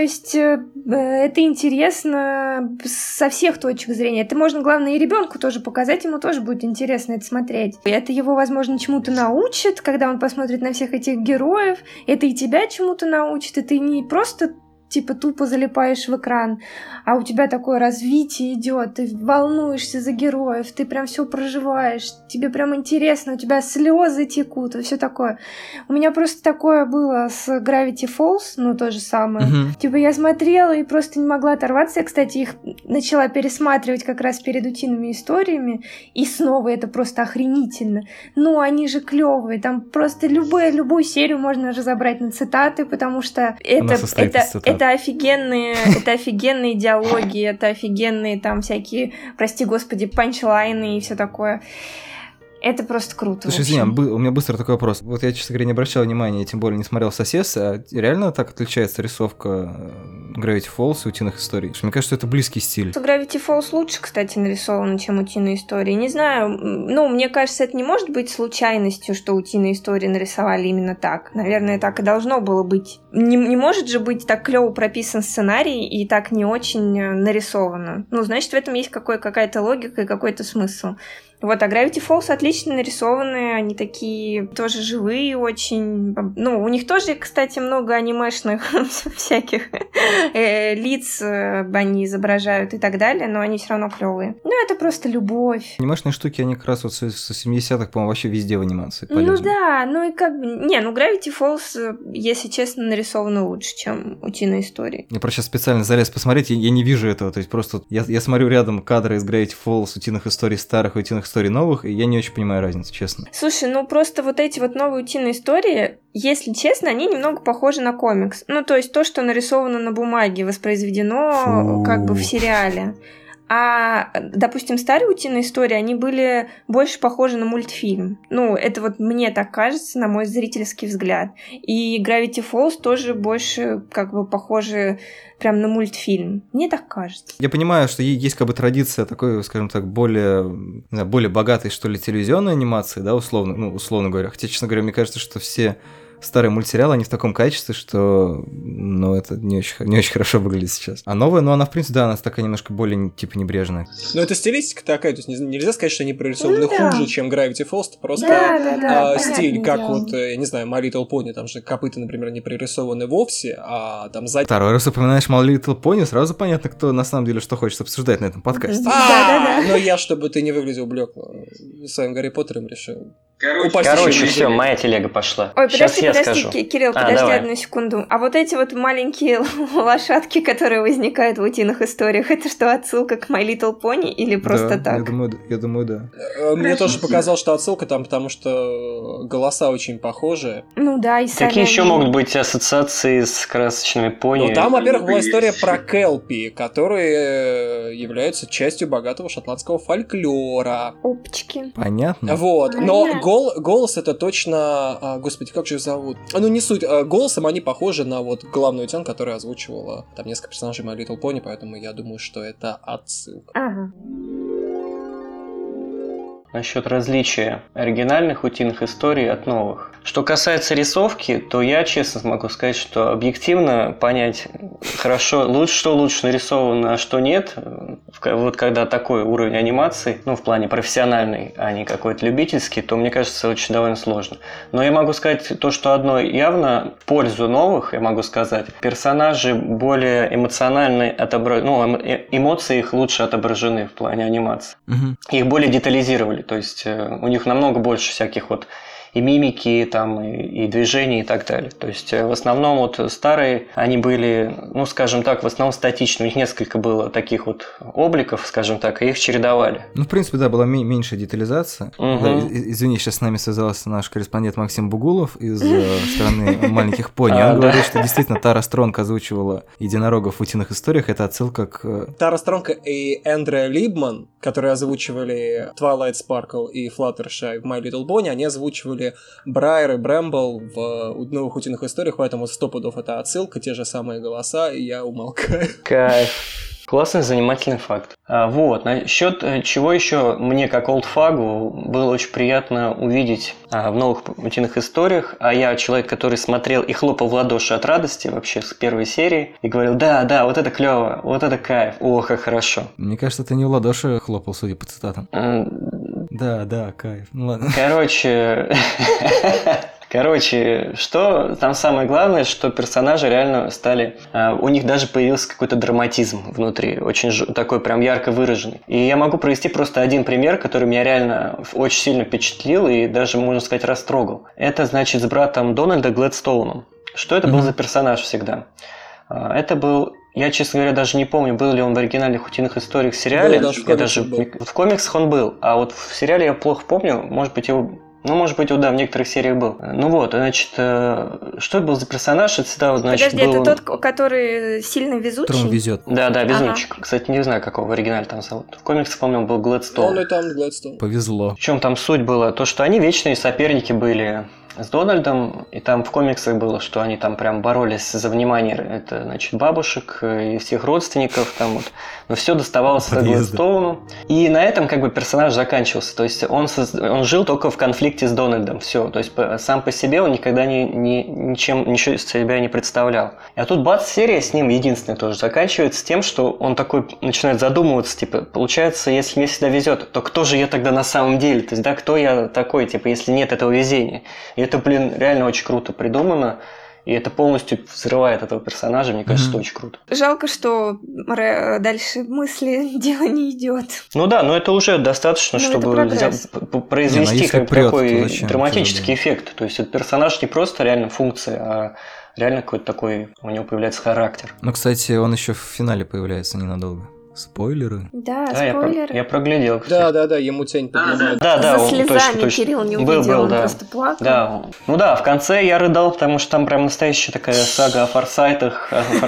Это интересно со всех точек зрения. Это можно, главное, и ребенку тоже показать, ему тоже будет интересно это смотреть. И это его, возможно, чему-то научит, когда он посмотрит на всех этих героев. Это и тебя чему-то научит, и ты не просто тупо залипаешь в экран, а у тебя такое развитие идет, ты волнуешься за героев, ты прям все проживаешь, тебе прям интересно, у тебя слезы текут и все такое. У меня просто такое было с Gravity Falls, то же самое. Я смотрела и просто не могла оторваться. Я, кстати, их начала пересматривать как раз перед утиными историями, и снова это просто охренительно. Они же клевые, там просто любую серию можно разобрать на цитаты, потому что это офигенные диалоги, это офигенные там всякие, прости господи, панчлайны и все такое. Это просто круто. Слушай, извини, у меня быстро такой вопрос. Вот я, честно говоря, не обращал внимания, тем более не смотрел «Сосед», а реально так отличается рисовка Gravity Falls и утиных историй? Мне кажется, это близкий стиль. Gravity Falls лучше, кстати, нарисовано, чем утиные истории. Не знаю, мне кажется, это не может быть случайностью, что утиные истории нарисовали именно так. Наверное, так и должно было быть. Не может же быть так клево прописан сценарий и так не очень нарисовано. Значит, в этом есть какая-то логика и какой-то смысл. А Gravity Falls отлично нарисованы, они такие тоже живые очень. У них тоже, кстати, много анимешных всяких лиц они изображают и так далее, но они все равно клевые. Это просто любовь. Анимешные штуки, они как раз вот с 70-х, по-моему, вообще везде в анимации. Gravity Falls, если честно, нарисованы лучше, чем утиные истории. Я просто сейчас специально залез посмотреть, я не вижу этого, то есть просто я смотрю рядом кадры из Gravity Falls, утиных историй старых и утиных историй новых, и я не очень понимаю разницу, честно. Слушай, просто вот эти вот новые утиные истории, если честно, они немного похожи на комикс. То есть то, что нарисовано на бумаге, воспроизведено в сериале. А, допустим, старые утиные истории, они были больше похожи на мультфильм. Это мне так кажется, на мой зрительский взгляд. И Gravity Falls тоже больше похожи прям на мультфильм. Мне так кажется. Я понимаю, что есть традиция такой, скажем так, более богатой, что ли, телевизионной анимации, да, условно говоря. Хотя, честно говоря, мне кажется, что все старые мультсериалы, они в таком качестве, что, это не очень хорошо выглядит сейчас. А новая, она, в принципе, да, она такая немножко более, небрежная. Это стилистика такая, то есть нельзя сказать, что они прорисованы хуже, чем Gravity Falls, просто стиль, как я не знаю, My Little Pony, там же копыта, например, не прорисованы вовсе, а там сзади... Второй раз упоминаешь My Little Pony, сразу понятно, кто на самом деле что хочет обсуждать на этом подкасте. Но я, чтобы ты не выглядел блекло, своим Гарри Поттером решил Короче, все, моя телега пошла. Ой, Сейчас я подожди, скажу. Кирилл, подожди давай. одну секунду. А вот эти вот маленькие лошадки, которые возникают в утиных историях, это что, отсылка к My Little Pony или просто Да, так? Я думаю, да. Мне тоже показалось, что отсылка там, потому что голоса очень похожи. Ну да, и сами Какие еще они. могут быть ассоциации с красочными пони? Ну, там, во-первых, была история про келпи, которые являются частью богатого шотландского фольклора. Опачки. Понятно. Вот, но Понятно. голос это точно... господи, как же их зовут? Ну, не суть. Голосом они похожи на вот главную тень, которая озвучивала там несколько персонажей My Little Pony, поэтому я думаю, что это отсылка. Ага. Насчет различия оригинальных утиных историй от новых. Что касается рисовки, то я честно могу сказать, что объективно понять хорошо, что лучше нарисовано, а что нет, вот когда такой уровень анимации, ну, в плане профессиональный, а не какой-то любительский, то, мне кажется, очень довольно сложно. Но я могу сказать то, что одно явно в пользу новых, я могу сказать, персонажи более эмоционально отображены, эмоции их лучше отображены в плане анимации. Мгм. Их более детализировали, то есть у них намного больше всяких вот и мимики, там, и движений и так далее. То есть в основном вот старые, они были, ну, скажем так, в основном статичны. У них несколько было таких вот обликов, скажем так, и их чередовали. Ну, в принципе, да, была меньшая детализация. Мгм. Да, извини, сейчас с нами связался наш корреспондент Максим Бугулов из страны маленьких пони. Он говорит, что действительно Тара Стронг озвучивала единорогов в утиных историях. Это отсылка к... Тара Стронг и Эндрю Либман, которые озвучивали Twilight Sparkle и Fluttershy в My Little Pony, они озвучивали Брайер и Брэмбл в новых утиных историях, поэтому 100 пудов это отсылка, те же самые голоса, и я умолкаю. Кайф. Классный, занимательный факт. Вот, насчет чего еще мне, как олдфагу, было очень приятно увидеть в новых утиных историях, а я человек, который смотрел и хлопал в ладоши от радости вообще с первой серии, и говорил, да, вот это клево, вот это кайф, ох, как хорошо. Мне кажется, ты не в ладоши хлопал, судя по цитатам. Да, кайф. Ну ладно. Короче, что там самое главное, что персонажи реально стали... у них даже появился какой-то драматизм внутри, очень такой прям ярко выраженный. И я могу привести просто один пример, который меня реально очень сильно впечатлил и даже, можно сказать, растрогал. Это, значит, с братом Дональда Глэдстоуном. Что это был за персонаж всегда? Это был... Я, честно говоря, даже не помню, был ли он в оригинальных утиных историях в сериале. Да, даже в комиксах он был, а вот в сериале я плохо помню, может быть, да, в некоторых сериях был. Ну вот, значит, что это был за персонаж? Это всегда, значит, Подожди, был... это тот, который сильно везучий? Которому везет. Да, везунчик. Кстати, не знаю, какого в оригинале там зовут. В комиксах, помню, он был Глэдстоун. Он и там Глэдстоун. Повезло. В чем там суть была? То, что они вечные соперники были с Дональдом, и там в комиксах было, что они там прям боролись за внимание, это, значит, бабушек и всех родственников там вот, но все доставалось Глэдстоуну. И на этом как бы персонаж заканчивался, то есть он жил только в конфликте с Дональдом, все, то есть сам по себе он никогда ничего из себя не представлял. А тут бац, серия с ним единственная тоже заканчивается тем, что он такой начинает задумываться, типа, получается, если мне всегда везет, то кто же я тогда на самом деле, то есть, да, кто я такой, типа, если нет этого везения. И это, реально очень круто придумано. И это полностью взрывает этого персонажа. Мне кажется, это очень круто. Жалко, что дальше мысли дело не идет. Ну да, но это уже достаточно, чтобы произвести такой драматический эффект. То есть это персонаж не просто реально функция, а реально какой-то такой, у него появляется характер. Ну, кстати, он еще в финале появляется ненадолго. Спойлеры? Да, спойлеры. Я проглядел. Да, ему тень поднимает. Да, за слезами точно. Кирилл не увидел, он да. просто плакал. Да. Ну да, в конце я рыдал, потому что там прям настоящая такая сага о форсайтах,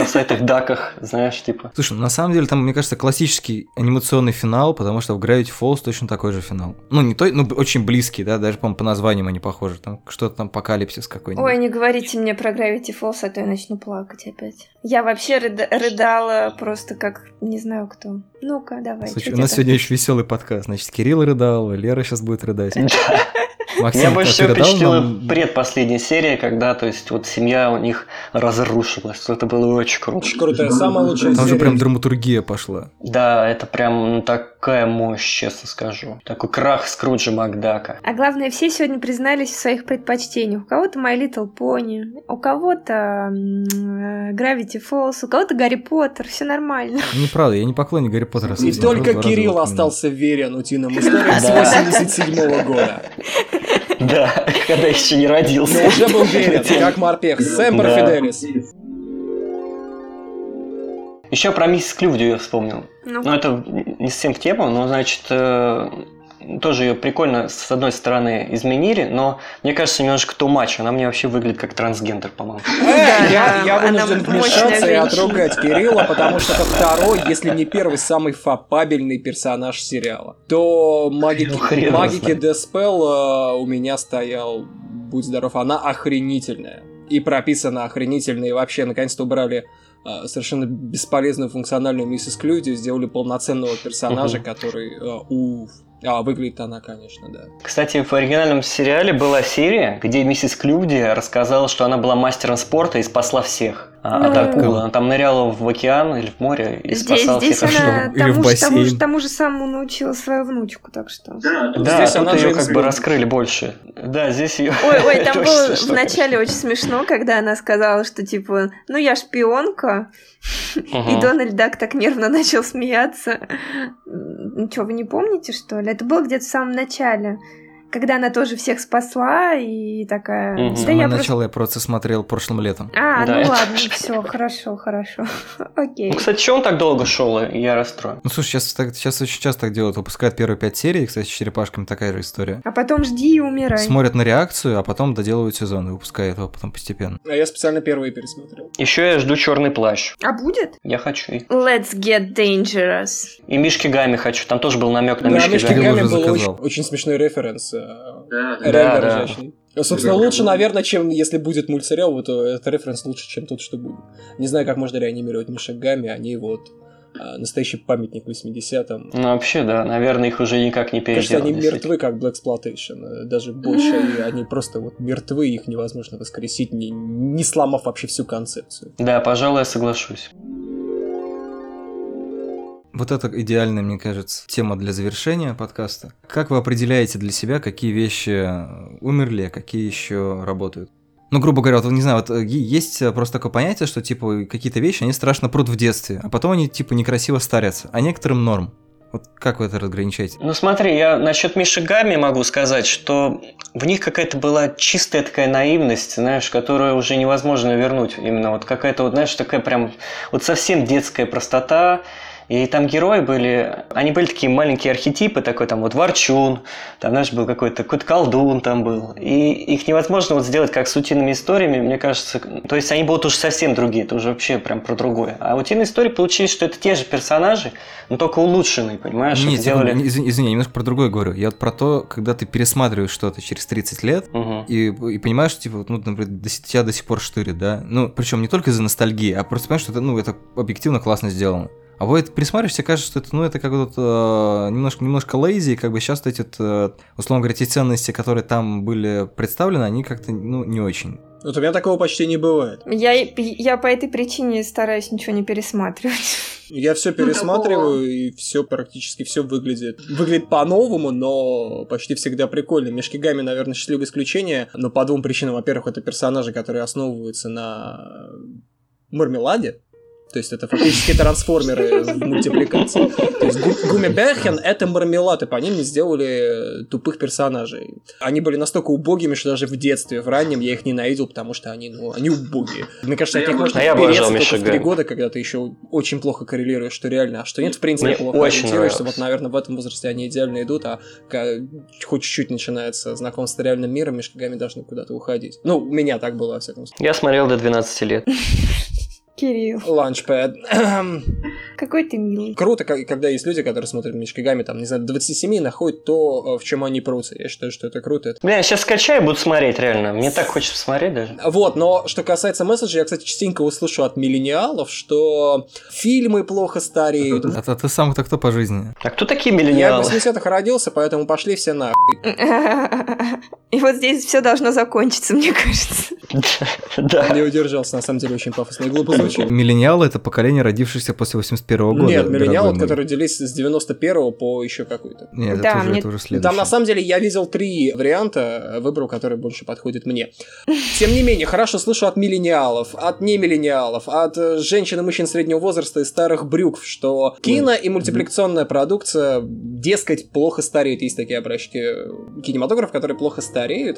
даках, знаешь, типа. Слушай, на самом деле там, мне кажется, классический анимационный финал, потому что в Gravity Falls точно такой же финал. Ну, не той, но очень близкий, да, даже, по-моему, по названиям они похожи. Там что-то там апокалипсис какой-нибудь. Ой, не говорите мне про Gravity Falls, а то я начну плакать опять. Я вообще рыдала просто как не знаю кто. Ну-ка, давай. Слушай, у нас сегодня очень веселый подкаст. Значит, Кирилл рыдал, Лера сейчас будет рыдать. Максим, меня больше всего впечатлила предпоследняя серия, когда, то есть, вот семья у них разрушилась. Это было очень круто. Очень крутая, самая лучшая серия. Там же прям драматургия пошла. Да, это прям такая мощь, честно скажу. Такой крах Скруджа Макдака. А главное, все сегодня признались в своих предпочтениях. У кого-то My Little Pony, у кого-то Gravity Falls, у кого-то Гарри Поттер. Все нормально. Неправда, я не поклонник Гарри Поттера. И только Кирилл остался верен утиным историям с 87 года. Да, когда еще не родился. Но уже был верен, как морпех. Семпер Фиделис. Еще про миссис Клювдю я вспомнил. Ну, это не совсем в тему, но, значит, тоже ее прикольно, с одной стороны, изменили, но мне кажется, немножко too much. Она мне вообще выглядит как трансгендер, по-моему. Я вынужден вмешаться и отругать Кирилла, потому что это второй, если не первый, самый фапабельный персонаж сериала. То магики Деспел у меня стоял, будь здоров, она охренительная. И прописана охренительно, и вообще наконец-то убрали совершенно бесполезную функциональную миссис Клюди, сделали полноценного персонажа, который... выглядит она, конечно, да. Кстати, в оригинальном сериале была серия, где миссис Клюди рассказала, что она была мастером спорта и спасла всех от акулы. Она там ныряла в океан или в море и спасала всех. Здесь она тому же самому научила свою внучку, так что... Да, здесь она ее как бы раскрыли больше. Да, здесь ее... Ой, там было вначале очень смешно, когда она сказала, что типа, ну я шпионка, и Дональд Дак так нервно начал смеяться. Ничего, вы не помните, что ли? Это было где-то в самом начале, когда она тоже всех спасла и такая... Самое начало я просто смотрел прошлым летом. Ладно, все, хорошо. Окей. Ну, кстати, чего он так долго шел, я расстроен. Ну, слушай, сейчас очень часто так делают. Выпускают первые 5 серий, кстати, с черепашками такая же история. А потом жди и умирай. Смотрят на реакцию, а потом доделывают сезон и выпускают его потом постепенно. А я специально первые пересмотрел. Еще я жду «Черный плащ». А будет? Я хочу. Let's get dangerous. И «Мишки Гамми» хочу. Там тоже был намек на «Мишки Гамми». Гамми. был очень смешной референс. Да. Ржачный. Собственно, лучше, наверное, чем если будет мультсериал, то этот референс лучше, чем тот, что будет. Не знаю, как можно реанимировать Мишек Гамми, они вот настоящий памятник 80-м. Ну, вообще, да, наверное, их уже никак не переделать. Кажется, они мертвы, как Blaxploitation, даже больше, и они просто вот мертвы, их невозможно воскресить, не сломав вообще всю концепцию. Да, пожалуй, я соглашусь. Вот это идеальная, мне кажется, тема для завершения подкаста. Как вы определяете для себя, какие вещи умерли, а какие еще работают? Ну, грубо говоря, вот, не знаю, вот есть просто такое понятие, что, типа, какие-то вещи, они страшно прут в детстве, а потом они, типа, некрасиво старятся, а некоторым норм. Вот как вы это разграничаете? Ну, смотри, я насчет Мишек Гамми могу сказать, что в них какая-то была чистая такая наивность, знаешь, которую уже невозможно вернуть. Именно вот какая-то, вот, знаешь, такая прям вот совсем детская простота. И там герои были, они были такие маленькие архетипы, такой там вот ворчун, там, знаешь, был какой-то колдун там был. И их невозможно вот сделать как с утиными историями, мне кажется. То есть они будут уже совсем другие, это уже вообще прям про другое. А утиные истории получились, что это те же персонажи, но только улучшенные, понимаешь? Нет, сделали... извини, я немножко про другое говорю. Я вот про то, когда ты пересматриваешь что-то через 30 лет и понимаешь, что, типа, ну, например, тебя до сих пор штырит, да? Ну, причем не только из-за ностальгии, а просто понимаешь, что это, ну, это объективно классно сделано. А вот присматриваешь, тебе кажется, что это, ну, это как вот немножко лейзи, как бы сейчас эти, условно говоря, те ценности, которые там были представлены, они как-то, ну, не очень. Вот у меня такого почти не бывает. Я по этой причине стараюсь ничего не пересматривать. Я все пересматриваю, и все практически все выглядит по-новому, но почти всегда прикольно. Мишки Гамми, наверное, счастливое исключение, но по двум причинам. Во-первых, это персонажи, которые основываются на мармеладе. То есть это фактически трансформеры в мультипликации. То есть Гуммибärchen — это мармелад, и по ним не сделали тупых персонажей. Они были настолько убогими, что даже в детстве, в раннем, я их ненавидел, потому что они убогие. Мне кажется, от них можно переться только в 3 года, когда ты еще очень плохо коррелируешь, что реально, а что нет, в принципе, плохо ориентируешься. Вот, наверное, в этом возрасте они идеально идут, а хоть чуть-чуть начинается знакомство с реальным миром, Мишки Гамми должны куда-то уходить. Ну, у меня так было, во всяком случае. Я смотрел до 12 лет. Кирилл. Ланчпэд. Какой ты милый. Круто, когда есть люди, которые смотрят Мишки Гамми, там, не знаю, до 27 находят то, в чем они прутся. Я считаю, что это круто. Бля, я сейчас скачаю и буду смотреть, реально. Мне так хочется смотреть даже. Вот, но что касается месседжа, я, кстати, частенько услышу от миллениалов, что фильмы плохо стареют. А ты сам-то кто по жизни? А кто такие миллениалы? Я в 80-х родился, поэтому пошли все нахуй. И вот здесь все должно закончиться, мне кажется. Да. Не удержался, на самом деле, очень пафосно и глупо звучит. Миллениалы — это поколение, родившихся после 81-го года. Нет, миллениалы, дорогой мой. которые родились с 91-го по еще какой-то. Нет, Да, это уже следующее. Там, на самом деле, я видел 3 варианта, выбрал, который больше подходит мне. Тем не менее, хорошо слышу от миллениалов, от немиллениалов, от женщин и мужчин среднего возраста и старых брюк, что кино и мультипликационная продукция, дескать, плохо стареют. Есть такие образчики кинематограф, которые плохо стареют.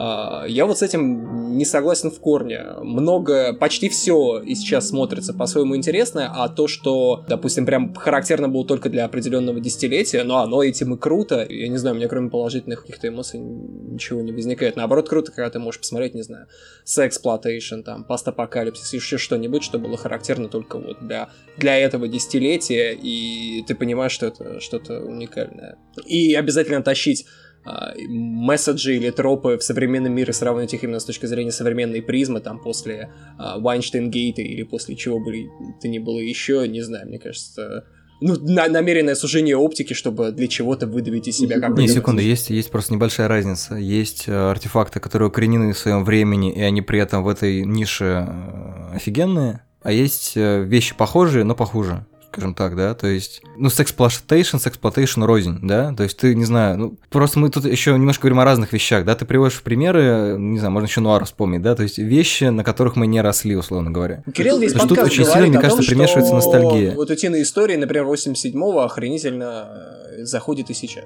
Я вот с этим не согласен в корне. Почти все и сейчас смотрится по-своему интересное, а то, что, допустим, прям характерно было только для определенного десятилетия, но оно этим и круто. Я не знаю, у меня кроме положительных каких-то эмоций ничего не возникает. Наоборот, круто, когда ты можешь посмотреть, не знаю, сексплотейшн, там, постапокалипсис, еще что-нибудь, что было характерно только вот для этого десятилетия, и ты понимаешь, что это что-то уникальное. И обязательно тащить месседжи или тропы в современном мире, сравнивать их именно с точки зрения современной призмы, там, после Вайнштейн-гейта или после чего бы то ни было еще, не знаю, мне кажется, намеренное сужение оптики, чтобы для чего-то выдавить из себя как-то. Не, секунду, есть просто небольшая разница. Есть артефакты, которые укоренены в своем времени, и они при этом в этой нише офигенные, а есть вещи похожие, но похуже. Скажем так, да, то есть, сексплотейшн рознь, да, то есть ты, не знаю, просто мы тут еще немножко говорим о разных вещах, да, ты приводишь примеры, не знаю, можно еще нуар вспомнить, да, то есть вещи, на которых мы не росли, условно говоря. Кирилл весь подкаст говорит очень сильно, мне кажется, что примешивается ностальгия. Вот утиные истории, например, 87-го охренительно заходит и сейчас.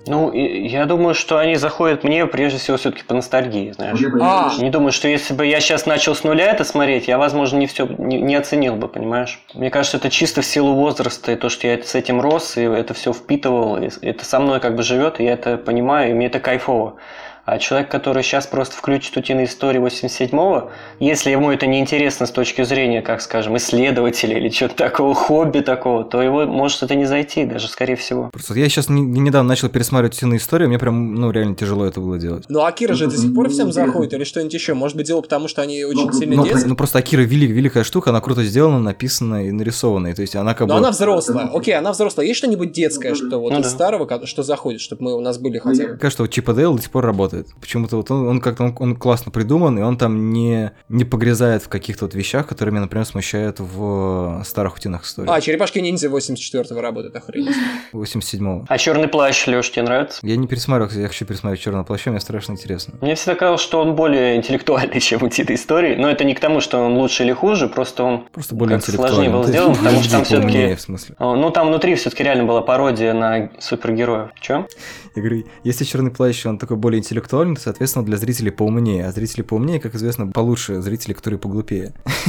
Я думаю, что они заходят мне прежде всего все-таки по ностальгии, знаешь. Не думаю, что если бы я сейчас начал с нуля это смотреть, я, возможно, не оценил бы, понимаешь? Мне кажется, это чисто в силу возраста, и то, что я с этим рос, и это все впитывал, и это со мной как бы живет, и я это понимаю, и мне это кайфово. А человек, который сейчас просто включит утиные истории 87-го, если ему это не интересно с точки зрения, как скажем, исследователя или чего-то такого, хобби такого, то его может это не зайти, даже скорее всего. Просто я сейчас недавно начал пересматривать утиные истории, мне прям, реально тяжело это было делать. Акира же до сих пор всем заходит или что-нибудь еще? Может быть, дело потому, что они очень сильно детские? Просто Акира великая штука, она круто сделана, написана и нарисована, то есть она как бы... Но она взрослая, окей, она взрослая. Есть что-нибудь детское, что вот из старого, что заходит, чтобы у нас были хотя бы? Кажется, вот Чип и Дейл до сих пор работает. Почему-то вот он как-то он классно придуман, и он там не погрязает в каких-то вот вещах, которые меня, например, смущают в старых утиных историях. Черепашки-ниндзя 84-го работает, охренеть. 87-го. А «Черный плащ», Лёш, тебе нравится? Я не пересматривал, кстати, я хочу пересмотреть «Черного плаща», мне страшно интересно. Мне всегда казалось, что он более интеллектуальный, чем утиные истории, но это не к тому, что он лучше или хуже, просто он более сложнее был сделан, потому что там все-таки... Там внутри все-таки реально была пародия на супергероев. Чё? Я говорю, если «Черный плащ», он такой более интеллектуальный, то, соответственно, для зрителей поумнее, а зрители поумнее, как известно, получше зрители, которые поглупее.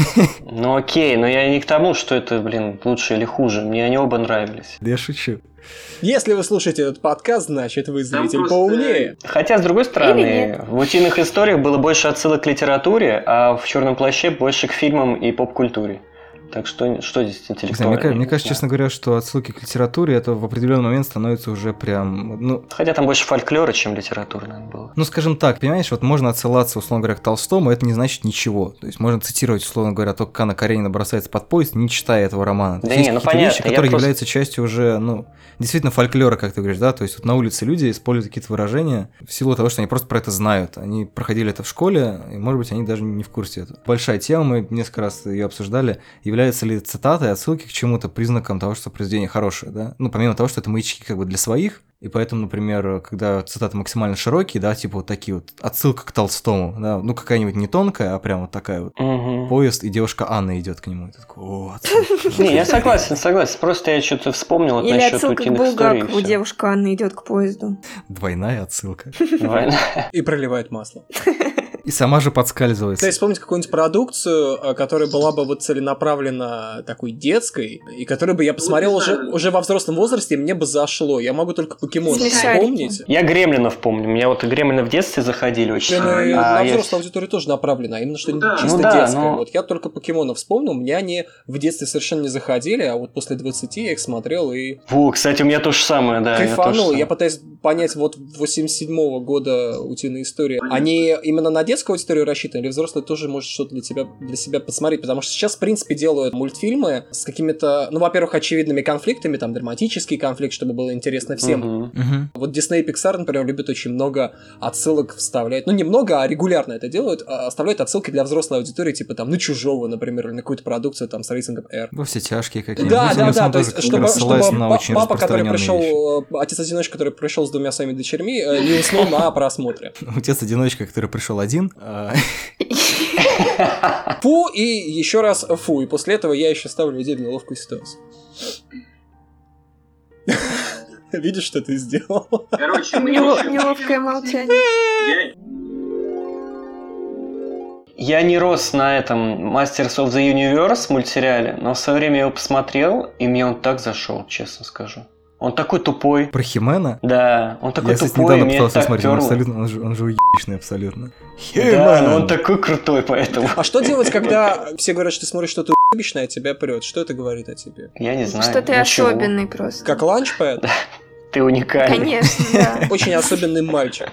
Окей, но я не к тому, что это, лучше или хуже, мне они оба нравились. Да я шучу. Если вы слушаете этот подкаст, значит, вы зритель поумнее. Хотя, с другой стороны, в утиных историях было больше отсылок к литературе, а в «Черном плаще» больше к фильмам и поп-культуре. Так что здесь интеллектуально? Мне кажется, честно говоря, что отсылки к литературе, это в определенный момент становится уже прям, Хотя там больше фольклора, чем литературы, наверное, было. Скажем так, понимаешь, вот можно отсылаться, условно говоря, к Толстому, это не значит ничего. То есть можно цитировать, условно говоря, то, как Анна Каренина бросается под поезд, не читая этого романа. То есть есть какие-то вещи, которые являются частью уже, действительно фольклора, как ты говоришь, да, то есть вот на улице люди используют какие-то выражения в силу того, что они просто про это знают. Они проходили это в школе, и, может быть, они даже не в курсе этого. Большая тема, мы несколько раз ее обсуждали, являются ли цитаты, отсылки к чему-то признаком того, что произведение хорошее, да? Помимо того, что это маячки как бы для своих, и поэтому, например, когда цитаты максимально широкие, да, типа вот такие вот, отсылка к Толстому, да, какая-нибудь не тонкая, а прям вот такая вот, поезд, и девушка Анна идет к нему, и ты такой, отсылка. Не, я согласен, просто я что-то вспомнил насчет утиных историй. Или отсылка к Булгакову, девушка Анна идет к поезду. Двойная отсылка. И проливает масло. И сама же подскальзывается. Пытаюсь вспомнить какую-нибудь продукцию, которая была бы вот целенаправленно такой детской, и которую бы я посмотрел уже во взрослом возрасте, и мне бы зашло. Я могу только покемон вспомнить. Я Гремлинов помню. Меня вот Гремлины в детстве заходили очень. На взрослую аудиторию тоже направлено, а именно что чисто детское. Вот я только покемонов вспомнил, меня они в детстве совершенно не заходили, а вот после 20 я их смотрел и... Кстати, у меня то же самое, да. Кайфанул. Я пытаюсь понять, вот 87-го года утиные истории. Они именно на детском детскую аудиторию рассчитан, или взрослый тоже может что-то для себя посмотреть? Потому что сейчас, в принципе, делают мультфильмы с какими-то, ну, во-первых, очевидными конфликтами, там, драматический конфликт, чтобы было интересно всем. Вот Disney и Pixar, например, любят очень много отсылок вставлять. Ну, не много, а регулярно это делают. Оставляют отсылки для взрослой аудитории, типа, там, на «Чужого», например, или на какую-то продукцию, там, с рейтингом R. Во все тяжкие какие-то. Да, то есть, чтобы папа, который пришел, отец-одиночка, который пришел с 2 своими дочерьми, не уснул на просмотре. Отец-одиночка, который пришел один. Фу, и еще раз фу. И после этого я еще ставлю людей в неловкую ситуацию. Видишь, что ты сделал? Короче, неловкое молчание. Я не рос на этом Masters of the Universe мультсериале, но в свое время я его посмотрел, и мне он так зашел, честно скажу. Он такой тупой. Про Хи-Мэна? Да, он такой я, тупой, кстати, недавно и меня пытался так смотреть, пёрло. он же уебищный абсолютно. Да, но он такой крутой, поэтому. А что делать, когда все говорят, что ты смотришь что-то уебищное, а тебя прет? Что это говорит о тебе? Я не знаю. Что ты ничего. особенный просто. Как ланчпэд? Ты уникальный. Конечно, да. Очень особенный мальчик.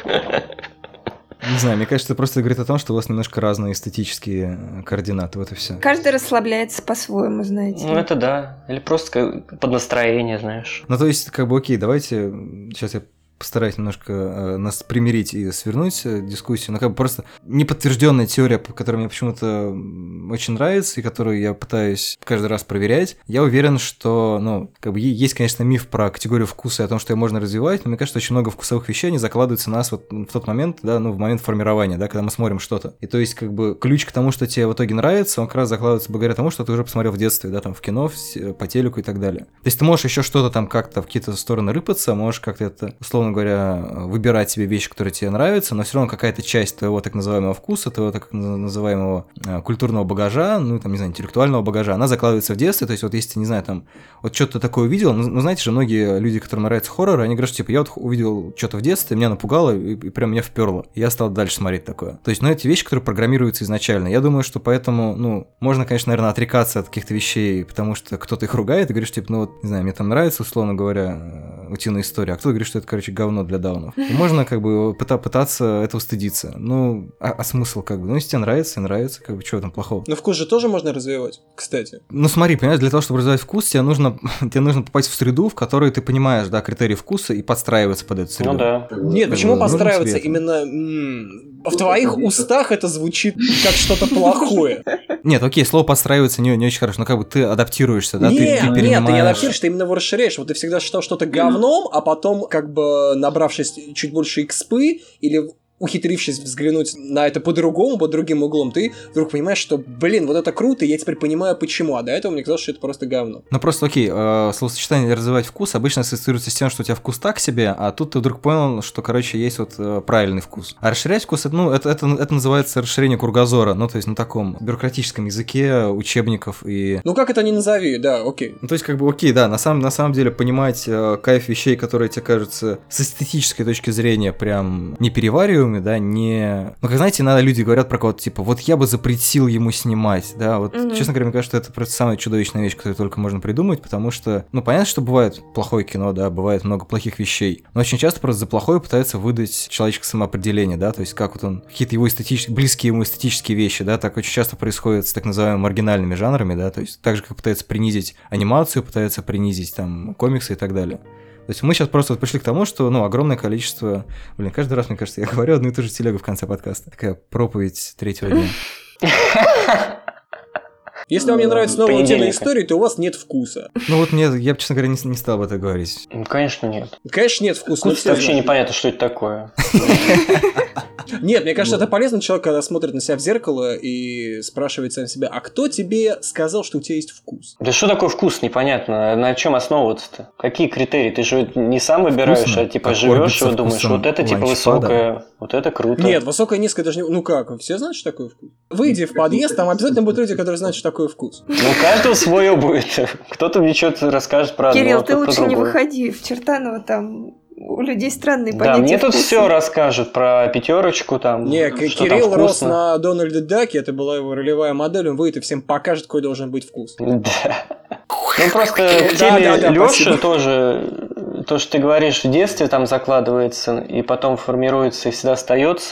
Не знаю, мне кажется, это просто говорит о том, что у вас немножко разные эстетические координаты, вот и все. Каждый расслабляется по-своему, знаете. Ну, это да. Или просто под настроение, знаешь. Ну, то есть, как бы, окей, давайте, сейчас я постараюсь немножко нас примирить и свернуть дискуссию, но как бы просто неподтвержденная теория, которая мне почему-то очень нравится и которую я пытаюсь каждый раз проверять. Я уверен, что, ну, как бы есть, конечно, миф про категорию вкуса и о том, что ее можно развивать, но мне кажется, очень много вкусовых вещей, они закладываются в нас вот в тот момент, да, ну, в момент формирования, да, когда мы смотрим что-то. И то есть, как бы, ключ к тому, что тебе в итоге нравится, он как раз закладывается благодаря тому, что ты уже посмотрел в детстве, да, там, в кино, по телеку и так далее. То есть ты можешь еще что-то там как-то в какие-то стороны рыпаться, можешь как-то это, условно говоря, выбирать себе вещи, которые тебе нравятся, но все равно какая-то часть твоего так называемого вкуса, твоего так называемого культурного багажа, ну, там, не знаю, интеллектуального багажа, она закладывается в детстве, то есть вот если ты, не знаю, там, вот что-то такое увидел, ну, знаете же, многие люди, которым нравятся хорроры, они говорят, что, типа, я вот увидел что-то в детстве, меня напугало, и прям меня вперло, и я стал дальше смотреть такое. То есть, ну, эти вещи, которые программируются изначально. Я думаю, что поэтому, ну, можно, конечно, наверное, отрекаться от каких-то вещей, потому что кто-то их ругает и говорит, что, типа, ну, вот, не знаю, мне там нравится, условно говоря, утиная история, а кто-то говорит, что это, короче, говно для даунов. И можно, как бы, пытаться этого стыдиться. Ну, а смысл, как бы? Ну, если тебе нравится, как бы, что в этом плохого? Но вкус же тоже можно развивать, кстати. Ну, смотри, понимаешь, для того, чтобы развивать вкус, тебе нужно попасть в среду, в которой ты понимаешь, да, критерии вкуса и подстраиваться под эту среду. Ну да. Нет, почему подстраиваться? Именно в твоих устах это звучит как что-то плохое. Нет, окей, слово подстраиваться не очень хорошо, но как бы ты адаптируешься, да? Нет, ты ты не адаптируешься, ты именно его расширяешь. Вот ты всегда считал что-то говном, а потом, как бы, набравшись чуть больше экспы или ухитрившись взглянуть на это по-другому, под другим углом, ты вдруг понимаешь, что, блин, вот это круто, и я теперь понимаю, почему. А до этого мне казалось, что это просто говно. Ну просто, окей, словосочетание «развивать вкус» обычно ассоциируется с тем, что у тебя вкус так себе, а тут ты вдруг понял, что, короче, есть вот правильный вкус. А расширять вкус, ну, это называется расширение кругозора, ну, то есть на таком бюрократическом языке учебников и... Ну, как это ни назови, да, окей. Ну, то есть, как бы, окей, да, на самом деле понимать кайф вещей, которые тебе кажутся с эстетической точки зрения прям неперевариваемыми, да, не... Ну, как знаете, иногда люди говорят про кого-то, типа, вот я бы запретил ему снимать, да, вот, честно говоря, мне кажется, что это просто самая чудовищная вещь, которую только можно придумать, потому что, ну, понятно, что бывает плохое кино, да, бывает много плохих вещей, но очень часто просто за плохое пытаются выдать человеческое самоопределение, да, то есть как вот он, какие-то его близкие ему эстетические вещи, да, так очень часто происходит с так называемыми маргинальными жанрами, да, то есть так же, как пытаются принизить анимацию, пытаются принизить, там, комиксы и так далее. То есть мы сейчас просто вот пришли к тому, что, ну, огромное количество... Блин, каждый раз, мне кажется, я говорю одну и ту же телегу в конце подкаста. Такая проповедь третьего дня. Если вам не нравятся новые утиные истории, то у вас нет вкуса. Ну вот нет, я бы, честно говоря, не стал об этом говорить. Ну, конечно, нет. Конечно, нет вкуса. Вкус вообще непонятно, что это такое. Нет, мне кажется, это полезно человек, когда смотрит на себя в зеркало и спрашивает сам себя, а кто тебе сказал, что у тебя есть вкус? Да что такое вкус, непонятно. На чем основываться-то? Какие критерии? Ты же не сам выбираешь, Вкусно, а типа как живешь и орбит со думаешь, вкусом вот это типа ланчпада. высокое, вот это круто. Нет, высокое, низкое даже не... Ну как, все знают, что такое вкус? Выйди в подъезд, там обязательно будут люди, которые знают, что такое вкус. Ну, у каждого свое будет. Кто-то мне что-то расскажет про одно, Кирилл, а ты кто-то лучше не другое. выходи в Чертаново, там у людей странные Да, понятия мне тут вкуса. все расскажут про пятерочку там. Не, что Кирилл там рос вкусно. на Дональде Даке, это была его ролевая модель, он выйдет и всем покажет, какой должен быть вкус. Да. Ну, просто в теме Да, Лёши спасибо. тоже, то, что ты говоришь, в детстве там закладывается, и потом формируется, и всегда остается.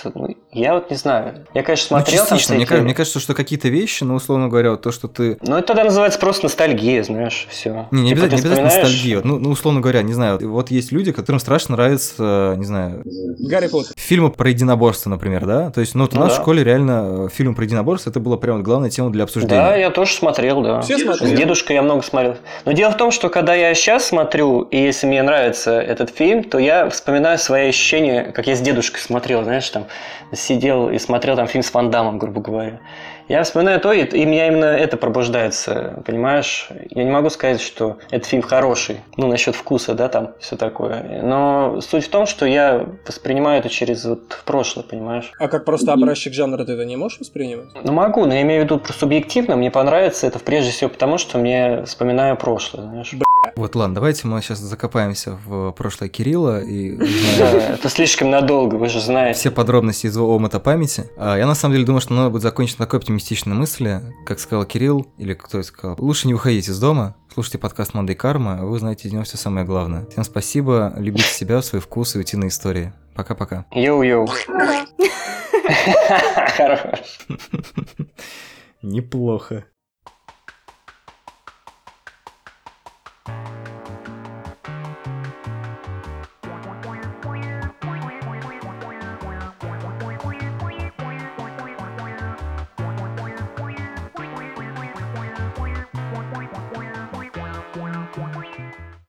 Я вот не знаю. Я, конечно, смотрел там частично. Мне кажется, что какие-то вещи, ну, условно говоря, вот то, что ты... Ну, это тогда называется просто ностальгия, знаешь, все. Не обязательно ностальгия. Ну, условно говоря, не знаю, вот есть люди, которым страшно нравится, не знаю... Гарри Поттер. Фильмы про единоборство, например, да? То есть, ну, вот у нас в школе реально фильм про единоборство, это была прям главная тема для обсуждения. Да, я тоже смотрел, да. Все смотрели. С дедушкой я много смотрел. Но дело в том, что когда я сейчас смотрю, и если мне нравится этот фильм, то я вспоминаю свои ощущения, как я с дедушкой смотрел, знаешь, там, сидел и смотрел там фильм с Ван Даммом, грубо говоря. Я вспоминаю то, и меня именно это пробуждается, понимаешь? Я не могу сказать, что этот фильм хороший, ну, насчет вкуса, да, там, все такое. Но суть в том, что я воспринимаю это через вот прошлое, понимаешь? А как просто образчик жанра ты это не можешь воспринимать? Ну, могу, но я имею в виду субъективно, мне понравится это прежде всего потому, что мне вспоминаю прошлое, знаешь? Вот, ладно, давайте мы сейчас закопаемся в прошлое Кирилла и да, это слишком надолго, вы же знаете. Все подробности из его омута памяти. Я на самом деле думаю, что надо будет закончить на такой оптимистичной мысли, как сказал Кирилл, или кто это сказал. Лучше не выходите из дома, слушайте подкаст «Мандай Карма», а вы узнаете из него все самое главное. Всем спасибо, любите себя, свой вкус и утиные истории. Пока-пока. Йоу-йоу. Хорош. Неплохо.